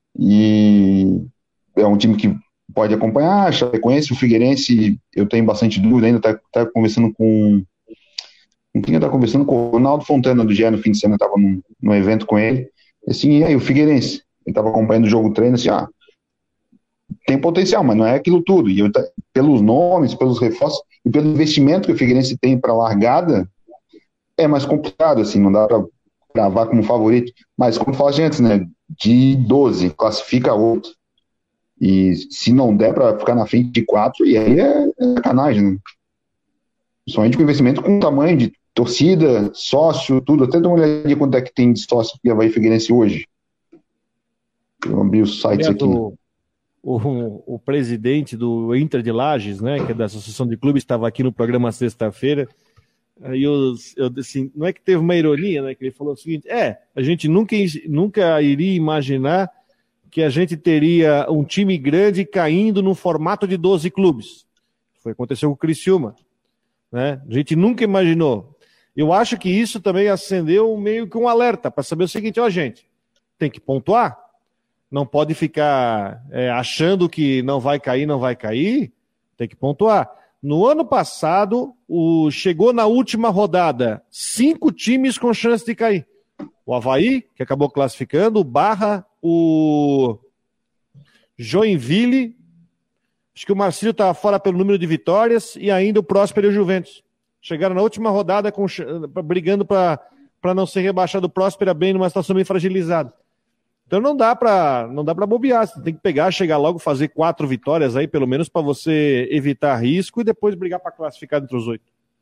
E é um time que pode acompanhar, Chapecoense, o Figueirense, eu tenho bastante dúvida ainda, tá conversando com eu estava conversando com o Ronaldo Fontana do GE no fim de semana, eu estava num evento com ele, assim, e aí, o Figueirense? Ele estava acompanhando o jogo treino, assim, tem potencial, mas não é aquilo tudo. E pelos nomes, pelos reforços e pelo investimento que o Figueirense tem para a largada, é mais complicado, assim, não dá para gravar como favorito. Mas, como eu falei antes, né, de 12, classifica outro. E se não der para ficar na frente de 4, e aí é sacanagem, né? Principalmente com investimento com tamanho de torcida, sócio, tudo. Até dá uma olhada de quanto é que tem de sócio que vai Figueirense hoje. Eu abri os sites aqui. O presidente do Inter de Lages, né, que é da Associação de Clubes, estava aqui no programa sexta-feira. Aí assim, não é que teve uma ironia, né, que ele falou o seguinte: a gente nunca iria imaginar que a gente teria um time grande caindo no formato de 12 clubes. Foi o que aconteceu com o Criciúma, né? A gente nunca imaginou. Eu acho que isso também acendeu meio que um alerta para saber o seguinte: gente, tem que pontuar. Não pode ficar achando que não vai cair, tem que pontuar. No ano passado, chegou na última rodada 5 times com chance de cair. O Avaí, que acabou classificando, o Barra, o Joinville, acho que o Marcílio estava fora pelo número de vitórias, e ainda o Próspero e o Juventus. Chegaram na última rodada brigando para não ser rebaixado. O Próspero bem numa situação meio fragilizada. Então não dá para bobear, você tem que chegar logo, fazer 4 vitórias aí, pelo menos, para você evitar risco e depois brigar para classificar entre os 8.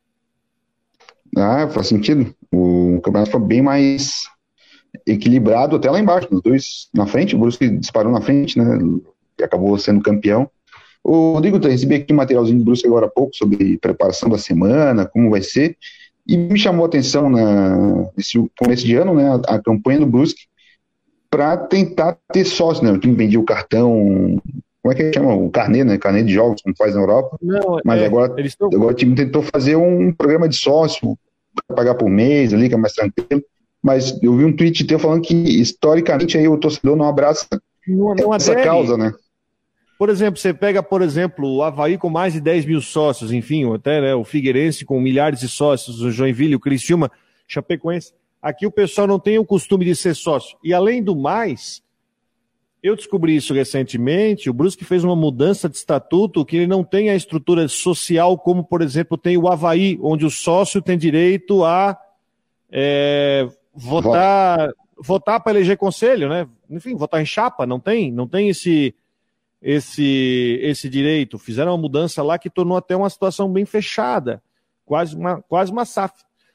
Faz sentido. O campeonato foi bem mais equilibrado até lá embaixo, os dois na frente. O Brusque disparou na frente, né? E acabou sendo campeão. O Rodrigo, eu recebi aqui um materialzinho do Brusque agora há pouco sobre preparação da semana, como vai ser, e me chamou a atenção nesse começo de ano, né? A campanha do Brusque para tentar ter sócio, né? O time vendia o cartão, como é que chama? O carnê, né? Carnê de jogos, como faz na Europa. Não, mas agora o time tentou fazer um programa de sócio, para pagar por mês ali, que é mais tranquilo. Mas eu vi um tweet teu falando que, historicamente, aí o torcedor não abraça essa causa, né? Por exemplo, você pega, o Avaí com mais de 10 mil sócios, enfim, até, né, o Figueirense com milhares de sócios, o Joinville, o Criciúma, Chapecoense. Aqui o pessoal não tem o costume de ser sócio. E além do mais, eu descobri isso recentemente, o Brusque fez uma mudança de estatuto que ele não tem a estrutura social como, por exemplo, tem o Avaí, onde o sócio tem direito a votar para eleger conselho, né? Enfim, votar em chapa, não tem esse direito. Fizeram uma mudança lá que tornou até uma situação bem fechada, quase uma SAF.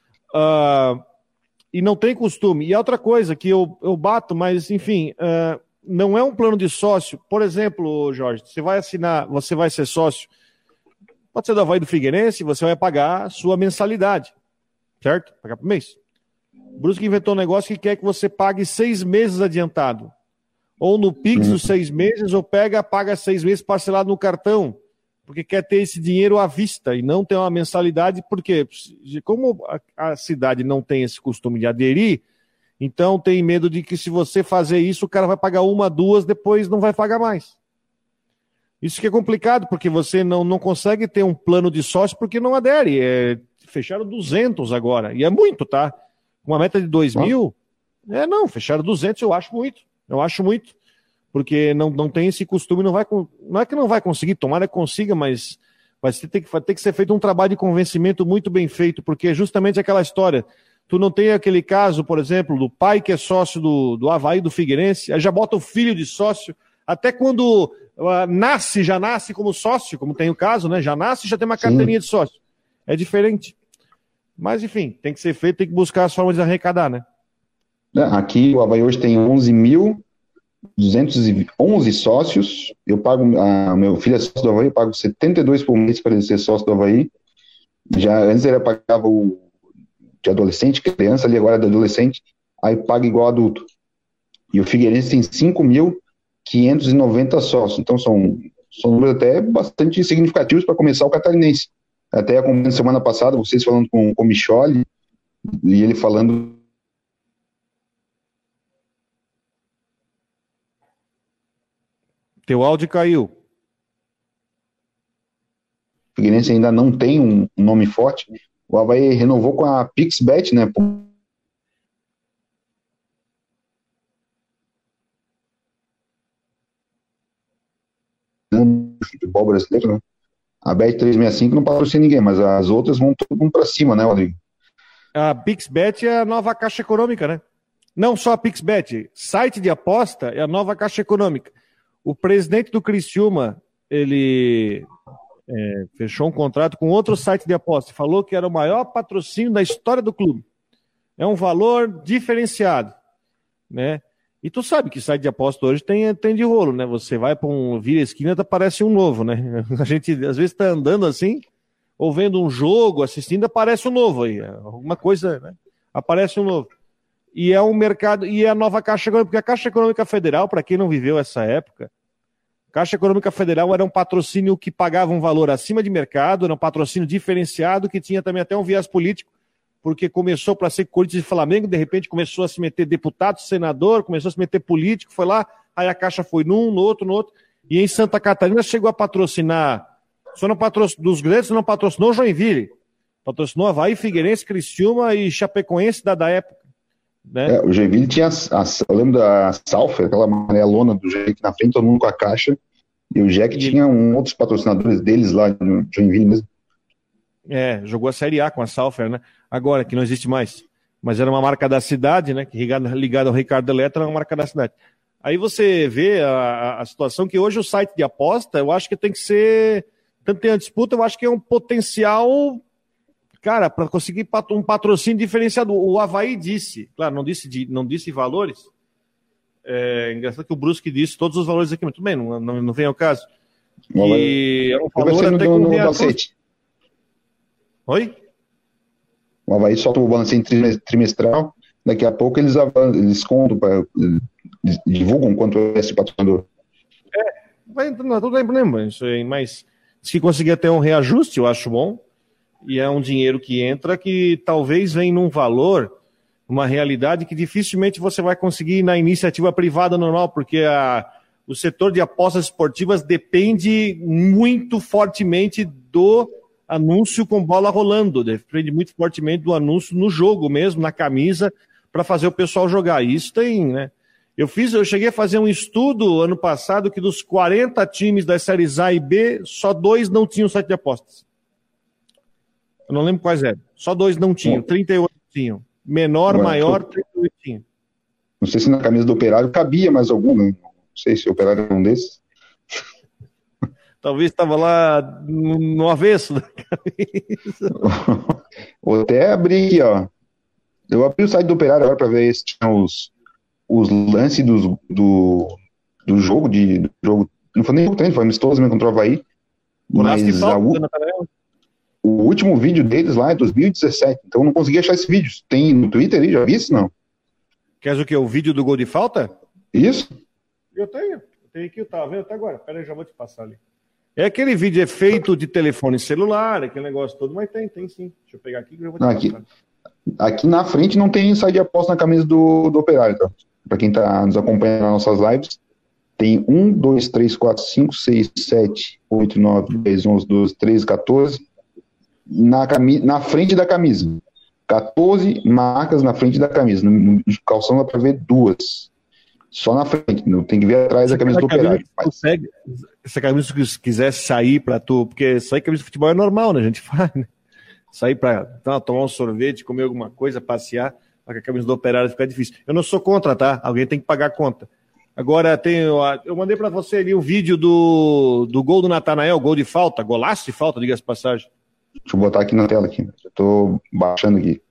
E não tem costume. E outra coisa que eu bato, mas enfim, não é um plano de sócio. Por exemplo, Jorge, você vai ser sócio, pode ser do Avaí do Figueirense, você vai pagar a sua mensalidade, certo? Pagar por mês. O Brusque inventou um negócio que quer que você pague 6 meses adiantado. Ou no Pix os 6 meses, ou paga 6 meses parcelado no cartão, porque quer ter esse dinheiro à vista e não ter uma mensalidade, porque como a cidade não tem esse costume de aderir, então tem medo de que se você fazer isso, o cara vai pagar 1, 2, depois não vai pagar mais. Isso que é complicado, porque você não consegue ter um plano de sócio porque não adere. Fecharam 200 agora, e é muito, tá? Uma meta de 2 mil, fecharam 200, eu acho muito. Porque não tem esse costume, não é que não vai conseguir, tomara que consiga, mas vai ter que ser feito um trabalho de convencimento muito bem feito, porque é justamente aquela história. Tu não tem aquele caso, por exemplo, do pai que é sócio do Avaí, do Figueirense, aí já bota o filho de sócio, até quando já nasce como sócio, como tem o caso, né? Já nasce e já tem uma carteirinha de sócio. É diferente. Mas, enfim, tem que ser feito, tem que buscar as formas de arrecadar, né? Aqui o Avaí hoje tem 11.211 sócios. Eu pago, meu filho é sócio do Avaí, eu pago 72 por mês para ele ser sócio do Avaí. Já antes ele pagava o de adolescente, criança ali, agora é de adolescente, aí paga igual adulto. E o Figueirense tem 5.590 sócios. Então são números até bastante significativos para começar o catarinense. Até acompanhando semana passada, vocês falando com o Micholi, e ele falando. Teu áudio caiu. O Figueirense ainda não tem um nome forte, O Avaí renovou com a PixBet, né? No futebol brasileiro, né? A Bet365 não patrocina ninguém, mas as outras vão todo mundo pra cima, né, Rodrigo? A PixBet é a nova Caixa Econômica, né? Não só a PixBet, site de aposta é a nova Caixa Econômica. O presidente do Criciúma, ele fechou um contrato com outro site de aposta, falou que era o maior patrocínio da história do clube. É um valor diferenciado, né? E tu sabe que site de aposta hoje tem de rolo, né? Você vai para vira a esquina, aparece um novo, né? A gente às vezes está andando assim, ou vendo um jogo, assistindo, aparece um novo aí. Alguma coisa, né? Aparece um novo. E é um mercado, e é a nova Caixa Econômica, porque a Caixa Econômica Federal, para quem não viveu essa época, a Caixa Econômica Federal era um patrocínio que pagava um valor acima de mercado, era um patrocínio diferenciado, que tinha também até um viés político, porque começou para ser Corinthians e Flamengo, de repente começou a se meter deputado, senador, começou a se meter político, foi lá, aí a Caixa foi num, no outro, e em Santa Catarina chegou a patrocinar, só não patrocinou, dos grandes não patrocinou Joinville, patrocinou Avaí, Figueirense, Criciúma e Chapecoense da época. Né? O Joinville tinha, eu lembro da Salfer, aquela amarelona do Jack na frente, todo mundo com a caixa, e o Jack tinha outros patrocinadores deles lá no Joinville mesmo. Jogou a Série A com a Salfer, né? Agora, que não existe mais. Mas era uma marca da cidade, né? Ligada ao Ricardo Eletro, era uma marca da cidade. Aí você vê a situação que hoje o site de aposta, eu acho que tem que ser... Tanto tem a disputa, eu acho que é um potencial... Cara, para conseguir um patrocínio diferenciado. O Avaí disse, claro, não disse valores. Engraçado que o Brusque disse todos os valores aqui, mas tudo bem, não vem ao caso. E é um valor até com balancete. Oi? O Avaí solta o balancete trimestral, daqui a pouco eles contam, divulgam quanto é esse patrocinador. Não tem problema, isso aí, mas se conseguir ter um reajuste, eu acho bom. E é um dinheiro que entra que talvez venha num valor, uma realidade que dificilmente você vai conseguir na iniciativa privada normal, porque o setor de apostas esportivas depende muito fortemente do anúncio com bola rolando, depende muito fortemente do anúncio no jogo mesmo, na camisa, para fazer o pessoal jogar. E isso tem, né? Eu cheguei a fazer um estudo ano passado que dos 40 times das séries A e B, só 2 não tinham site de apostas. Eu não lembro quais eram. Só 2 não tinham, 38 tinham. Menor, maior, 38 tinham. Não sei se na camisa do Operário cabia mais algum, né? Não sei se o Operário era um desses. Talvez estava lá no avesso da camisa. Vou até abrir aqui, ó. Eu abri o site do Operário agora para ver se tinha os lances do jogo. Não foi nem o treino, foi amistoso mesmo contra o Avaí. Mas o último vídeo deles lá é 2017, então eu não consegui achar esse vídeo. Tem no Twitter aí, já vi isso, não? Queres o quê? O vídeo do gol de falta? Isso? Eu tenho aqui, eu tava vendo até agora. Peraí, já vou te passar ali. É aquele vídeo feito de telefone celular, aquele negócio todo, mas tem sim. Deixa eu pegar aqui que eu vou te passar. Aqui na frente não tem site de aposta na camisa do Operário, tá? Pra quem tá nos acompanhando nas nossas lives, tem 1, 2, 3, 4, 5, 6, 7, 8, 9, 10, 11, 12, 13, 14... Na frente da camisa. 14 marcas na frente da camisa. No calção dá para ver 2. Só na frente. Não tem que ver atrás da camisa do Operário. Se a camisa quiser sair para tu, porque sair camisa de futebol é normal, né? A gente faz, né? Sair para tomar um sorvete, comer alguma coisa, passear, para a camisa do Operário fica difícil. Eu não sou contra, tá? Alguém tem que pagar a conta. Agora, eu mandei para você ali o vídeo do gol do Natanael, gol de falta, golaço de falta, diga-se de passagem. Deixa eu botar aqui na tela aqui. Eu tô baixando aqui.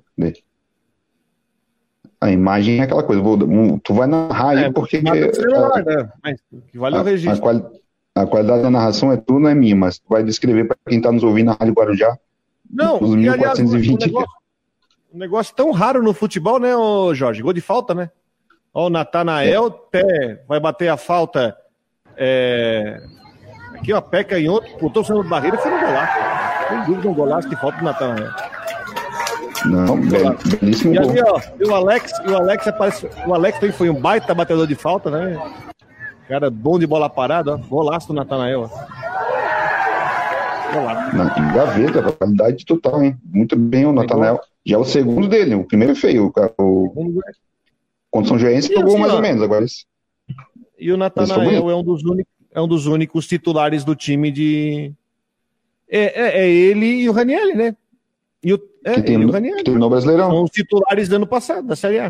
A imagem é aquela coisa. Tu vai narrar aí porque... celular, né? Mas que vale o registro. A qualidade da narração é tua, não é minha, mas tu vai descrever para quem tá nos ouvindo na Rádio Guarujá. Não, os 1420. Um negócio tão raro no futebol, né, Jorge? Gol de falta, né? Ó, o Natanael vai bater a falta. Aqui, ó, peca em outro, botou o centro da barreira e foi no golaço. Sem dúvida, um golaço de falta do Natanael. Não, belíssimo e gol. ali, ó, o Alex também foi um baita batedor de falta, né? Cara bom de bola parada, ó. Golaço do Natanael. Em gaveta, qualidade total, hein? Muito bem o Natanael. Já é o segundo dele, o primeiro é feio. Contra São Joense jogou assim, mais ou menos, agora esse. E o Natanael é um dos únicos titulares do time de... É ele e o Ranieri, né? E o Ranieri. Que terminou o Brasileirão. São os titulares do ano passado, da Série A.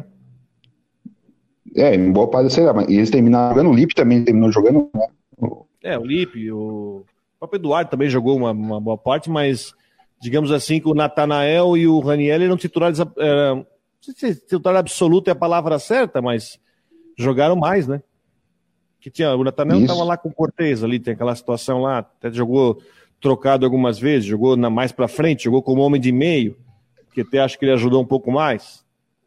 Em boa parte da Série A. Mas eles terminaram jogando, o Lipe também terminou jogando. Né? O Lipe, o próprio Eduardo também jogou uma boa parte, mas digamos assim que o Natanael e o Ranieri eram titulares... não sei se titular absoluto é a palavra certa, mas jogaram mais, né? O Natanael estava lá com o Cortez ali, tem aquela situação lá, até jogou trocado algumas vezes, jogou mais pra frente, jogou como homem de meio, que até acho que ele ajudou um pouco mais.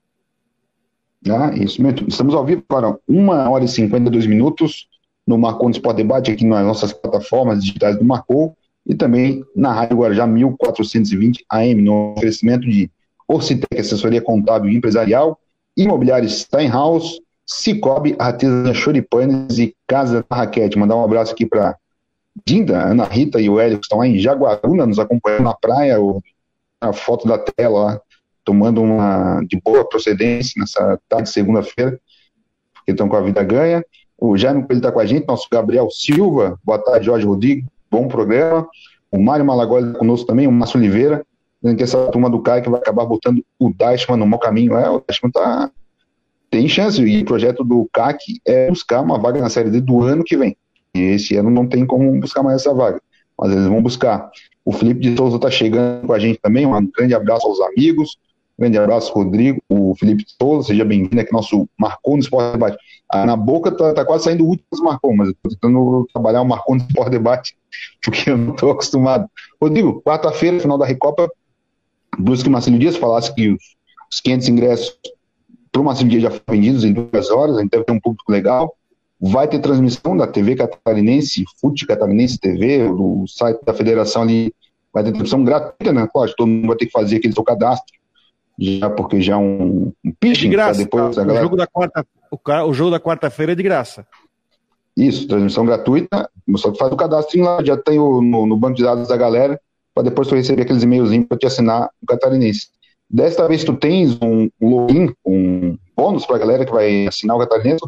Isso mesmo. Estamos ao vivo para 1h52 no Marcou no Sport Debate, aqui nas nossas plataformas digitais do Marcou, e também na Rádio Guarujá 1420 AM, no oferecimento de Orcitec, assessoria contábil e empresarial, Imobiliário Steinhaus, Cicobi, Artesania Choripanes e Casa da Raquete. Mandar um abraço aqui para Dinda, Ana Rita e o Hélio, que estão lá em Jaguaruna, nos acompanhando na praia, a foto da tela lá, tomando uma de boa procedência nessa tarde de segunda-feira, porque estão com a vida ganha. O Jaime Coelho está com a gente, nosso Gabriel Silva, boa tarde, Jorge Rodrigo, bom programa. O Mário Malagoli está conosco também, o Márcio Oliveira, dizendo que essa turma do CAI que vai acabar botando o Dashman no mau caminho. O Dashman tem chance, e o projeto do CAC é buscar uma vaga na Série D do ano que vem. E esse ano não tem como buscar mais essa vaga, mas eles vão buscar. O Felipe de Souza está chegando com a gente também, um grande abraço aos amigos, um grande abraço, Rodrigo, o Felipe de Souza, seja bem-vindo aqui, nosso Marcou no Sport Debate. Na boca tá quase saindo o último Marcou, mas eu estou tentando trabalhar o Marcou no Sport Debate, porque eu não estou acostumado. Rodrigo, quarta-feira, final da Recopa, Brusque e Marcílio Dias falasse que os 500 ingressos para o Marcílio Dias já foram vendidos em 2 horas, a gente deve ter um público legal. Vai ter transmissão da TV Catarinense, Fute Catarinense TV, o site da federação ali vai ter transmissão gratuita, né? Claro, todo mundo vai ter que fazer aquele seu cadastro, já, porque já é um pitching. De graça, depois, tá? O jogo da quarta-feira é de graça. Isso, transmissão gratuita, só que faz o cadastro lá, já tem no banco de dados da galera, para depois tu receber aqueles e-mailzinhos para te assinar o Catarinense. Desta vez tu tens um login, um bônus para a galera que vai assinar o Catarinense?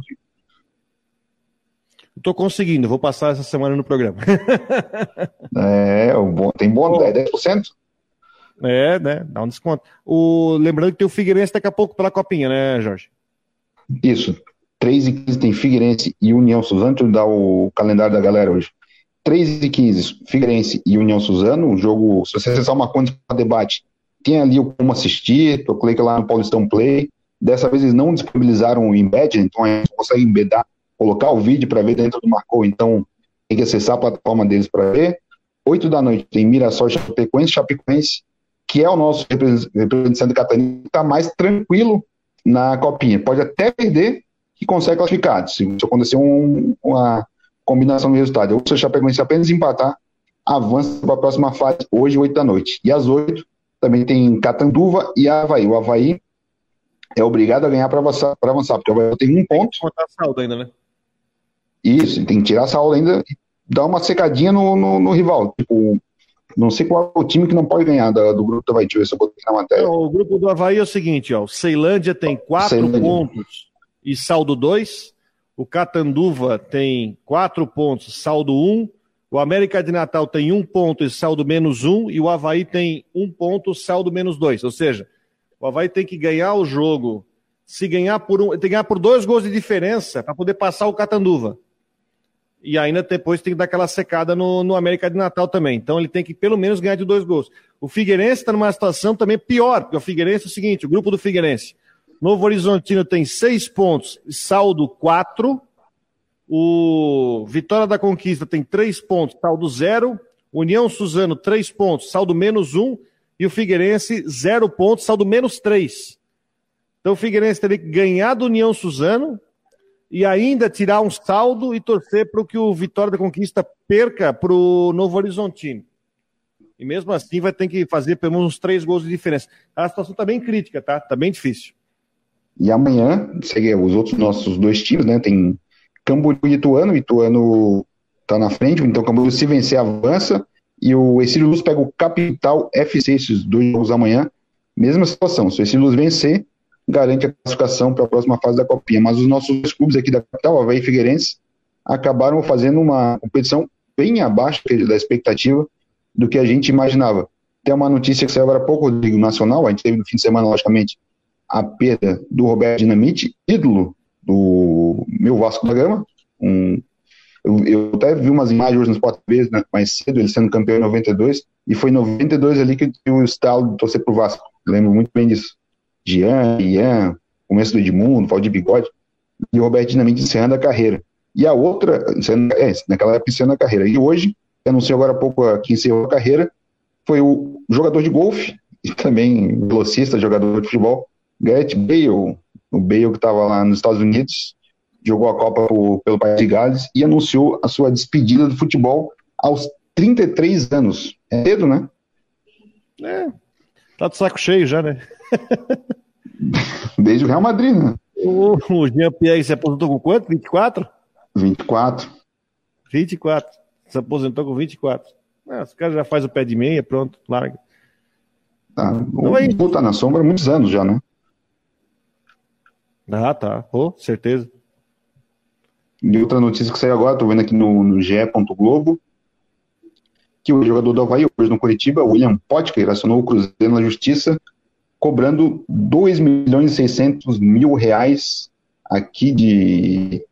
Estou conseguindo, vou passar essa semana no programa. Tem bônus, 10%? Né? Dá um desconto. Lembrando que tem o Figueirense daqui a pouco pela Copinha, né, Jorge? Isso. 3h15 tem Figueirense e União Suzano. Deixa eu dar o calendário da galera hoje. 3h15, Figueirense e União Suzano. O jogo, se você acessar uma conta para debate, tem ali como assistir. Eu clico lá no Paulistão Play. Dessa vez eles não disponibilizaram o embed, então a gente consegue embedar, colocar o vídeo para ver dentro do Marcou, então tem que acessar a plataforma deles para ver. 8 da noite tem Mirassol e Chapecoense, que é o nosso representante de Catarina, que está mais tranquilo na Copinha. Pode até perder e consegue classificar, se acontecer uma combinação de resultado. Ou se o Chapecoense apenas empatar, avança para a próxima fase, hoje, 8 da noite. E às 8 também tem Catanduva e Avaí. O Avaí é obrigado a ganhar para avançar, porque o Avaí tem 1 ponto. Tem que contar saldo ainda, né? Isso, tem que tirar saldo ainda e dar uma secadinha no rival. Tipo, não sei qual é o time que não pode ganhar do grupo do Avaí. Deixa eu ver se eu botei na matéria. O grupo do Avaí é o seguinte, ó. O Ceilândia tem 4 pontos e saldo 2. O Catanduva tem 4 pontos, saldo 1. O América de Natal tem 1 ponto e saldo menos 1. E o Avaí tem 1 ponto, saldo menos 2. Ou seja, o Avaí tem que ganhar o jogo. Se ganhar tem que ganhar por 2 gols de diferença para poder passar o Catanduva. E ainda depois tem que dar aquela secada no América de Natal também. Então ele tem que pelo menos ganhar de 2 gols. O Figueirense está numa situação também pior, porque o Figueirense é o seguinte, o grupo do Figueirense. Novo Horizontino tem 6 pontos, saldo 4. O Vitória da Conquista tem 3 pontos, saldo 0. União Suzano, 3 pontos, saldo menos 1. E o Figueirense, 0 pontos, saldo menos 3. Então o Figueirense teria que ganhar do União Suzano e ainda tirar um saldo e torcer para que o Vitória da Conquista perca para o Novo Horizontino. E mesmo assim vai ter que fazer pelo menos uns 3 gols de diferença. A situação está bem crítica, tá? Está bem difícil. E amanhã, os outros nossos 2 times, né? Tem Camboriú e Ituano. O Ituano está na frente, então Camboriú, se vencer, avança. e o Ercílio Luz pega o Capital FC, esses 2 jogos amanhã. Mesma situação, se o Ercílio Luz vencer, garante a classificação para a próxima fase da Copinha. Mas os nossos clubes aqui da capital, Avaí e Figueirense, acabaram fazendo uma competição bem abaixo da expectativa do que a gente imaginava. Tem uma notícia que saiu agora há pouco, Rodrigo, nacional, a gente teve no fim de semana, logicamente, a perda do Dinamite, ídolo do meu Vasco da Gama. Eu até vi umas imagens hoje no Sport TV, né, mais cedo, ele sendo campeão em 92, e foi em 92 ali que eu tive o estalo de torcer pro Vasco. Eu lembro muito bem disso. Ian, começo do Edmundo, Valdir Bigode, e o Roberto Dinamite encerrando a carreira. E a outra, naquela época encerrando a carreira. E hoje, anunciou agora há pouco que encerrou a carreira, foi o jogador de golfe, e também velocista, jogador de futebol, Gareth Bale, o Bale que estava lá nos Estados Unidos, jogou a Copa pelo país de Gales e anunciou a sua despedida do futebol aos 33 anos. É cedo, né? Tá de saco cheio já, né? Desde o Real Madrid, né? O Jean-Pierre se aposentou com quanto? 24? 24. 24. Se aposentou com 24. Os caras já faz o pé de meia, pronto, larga. O tá na sombra há muitos anos já, né? Tá. Certeza. E outra notícia que saiu agora, tô vendo aqui no GE. Globo, que o jogador do Avaí, hoje no Curitiba, William Potker, acionou o Cruzeiro na Justiça, cobrando R$2.600.000 aqui de...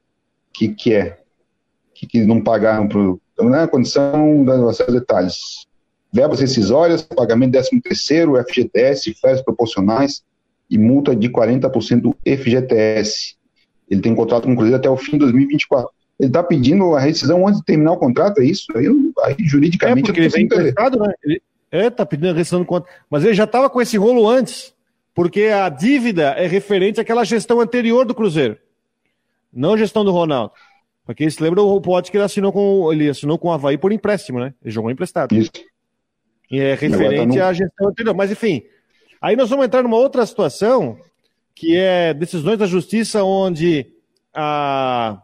que não pagaram na condição dos detalhes. Verbas rescisórias, pagamento de 13º, FGTS, férias proporcionais e multa de 40% do FGTS. Ele tem contrato com o Cruzeiro até o fim de 2024. Ele está pedindo a rescisão antes de terminar o contrato, é isso? Aí juridicamente... porque ele vem emprestado, né? Ele tá pedindo a rescisão do contrato. Mas ele já estava com esse rolo antes, porque a dívida é referente àquela gestão anterior do Cruzeiro, não a gestão do Ronaldo. Pra quem se lembra, o Potker assinou com o Avaí por empréstimo, né? Ele jogou emprestado. Isso. E é referente à gestão anterior. Mas, enfim, aí nós vamos entrar numa outra situação, que é decisões da justiça onde a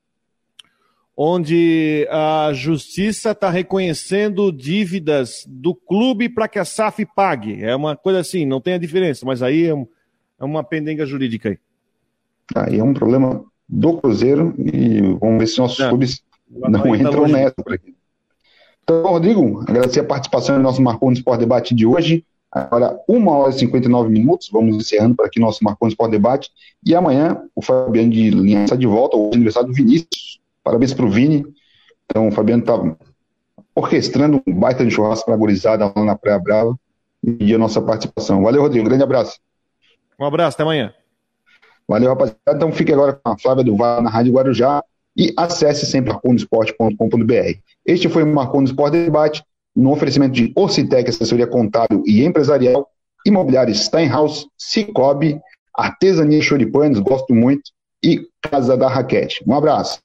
justiça está reconhecendo dívidas do clube para que a SAF pague. É uma coisa assim, não tem a diferença, mas aí é uma pendenga jurídica aí. Aí é um problema do Cruzeiro e vamos ver se nossos clubes não entram nessa por aqui. Então, Rodrigo, agradecer a participação no nosso Marcou no Sport Debate de hoje. Agora, 1h59, vamos encerrando por aqui nosso Marcou no Sport Debate. E amanhã, o Fabiano de Linha está de volta, o aniversário do Vinícius. Parabéns para o Vini. Então, o Fabiano está orquestrando um baita de churrasco para a gurizada lá na Praia Brava. E a nossa participação. Valeu, Rodrigo. Um grande abraço. Um abraço, até amanhã. Valeu, rapaziada. Então, fique agora com a Flávia do VAR na Rádio Guarujá. E acesse sempre marconosport.com.br. Este foi o Marcou no Sport Debate, no oferecimento de Orcitec, assessoria contábil e empresarial, Imobiliário Steinhaus, Cicobi, Artesania Choripanes, gosto muito, e Casa da Raquete. Um abraço.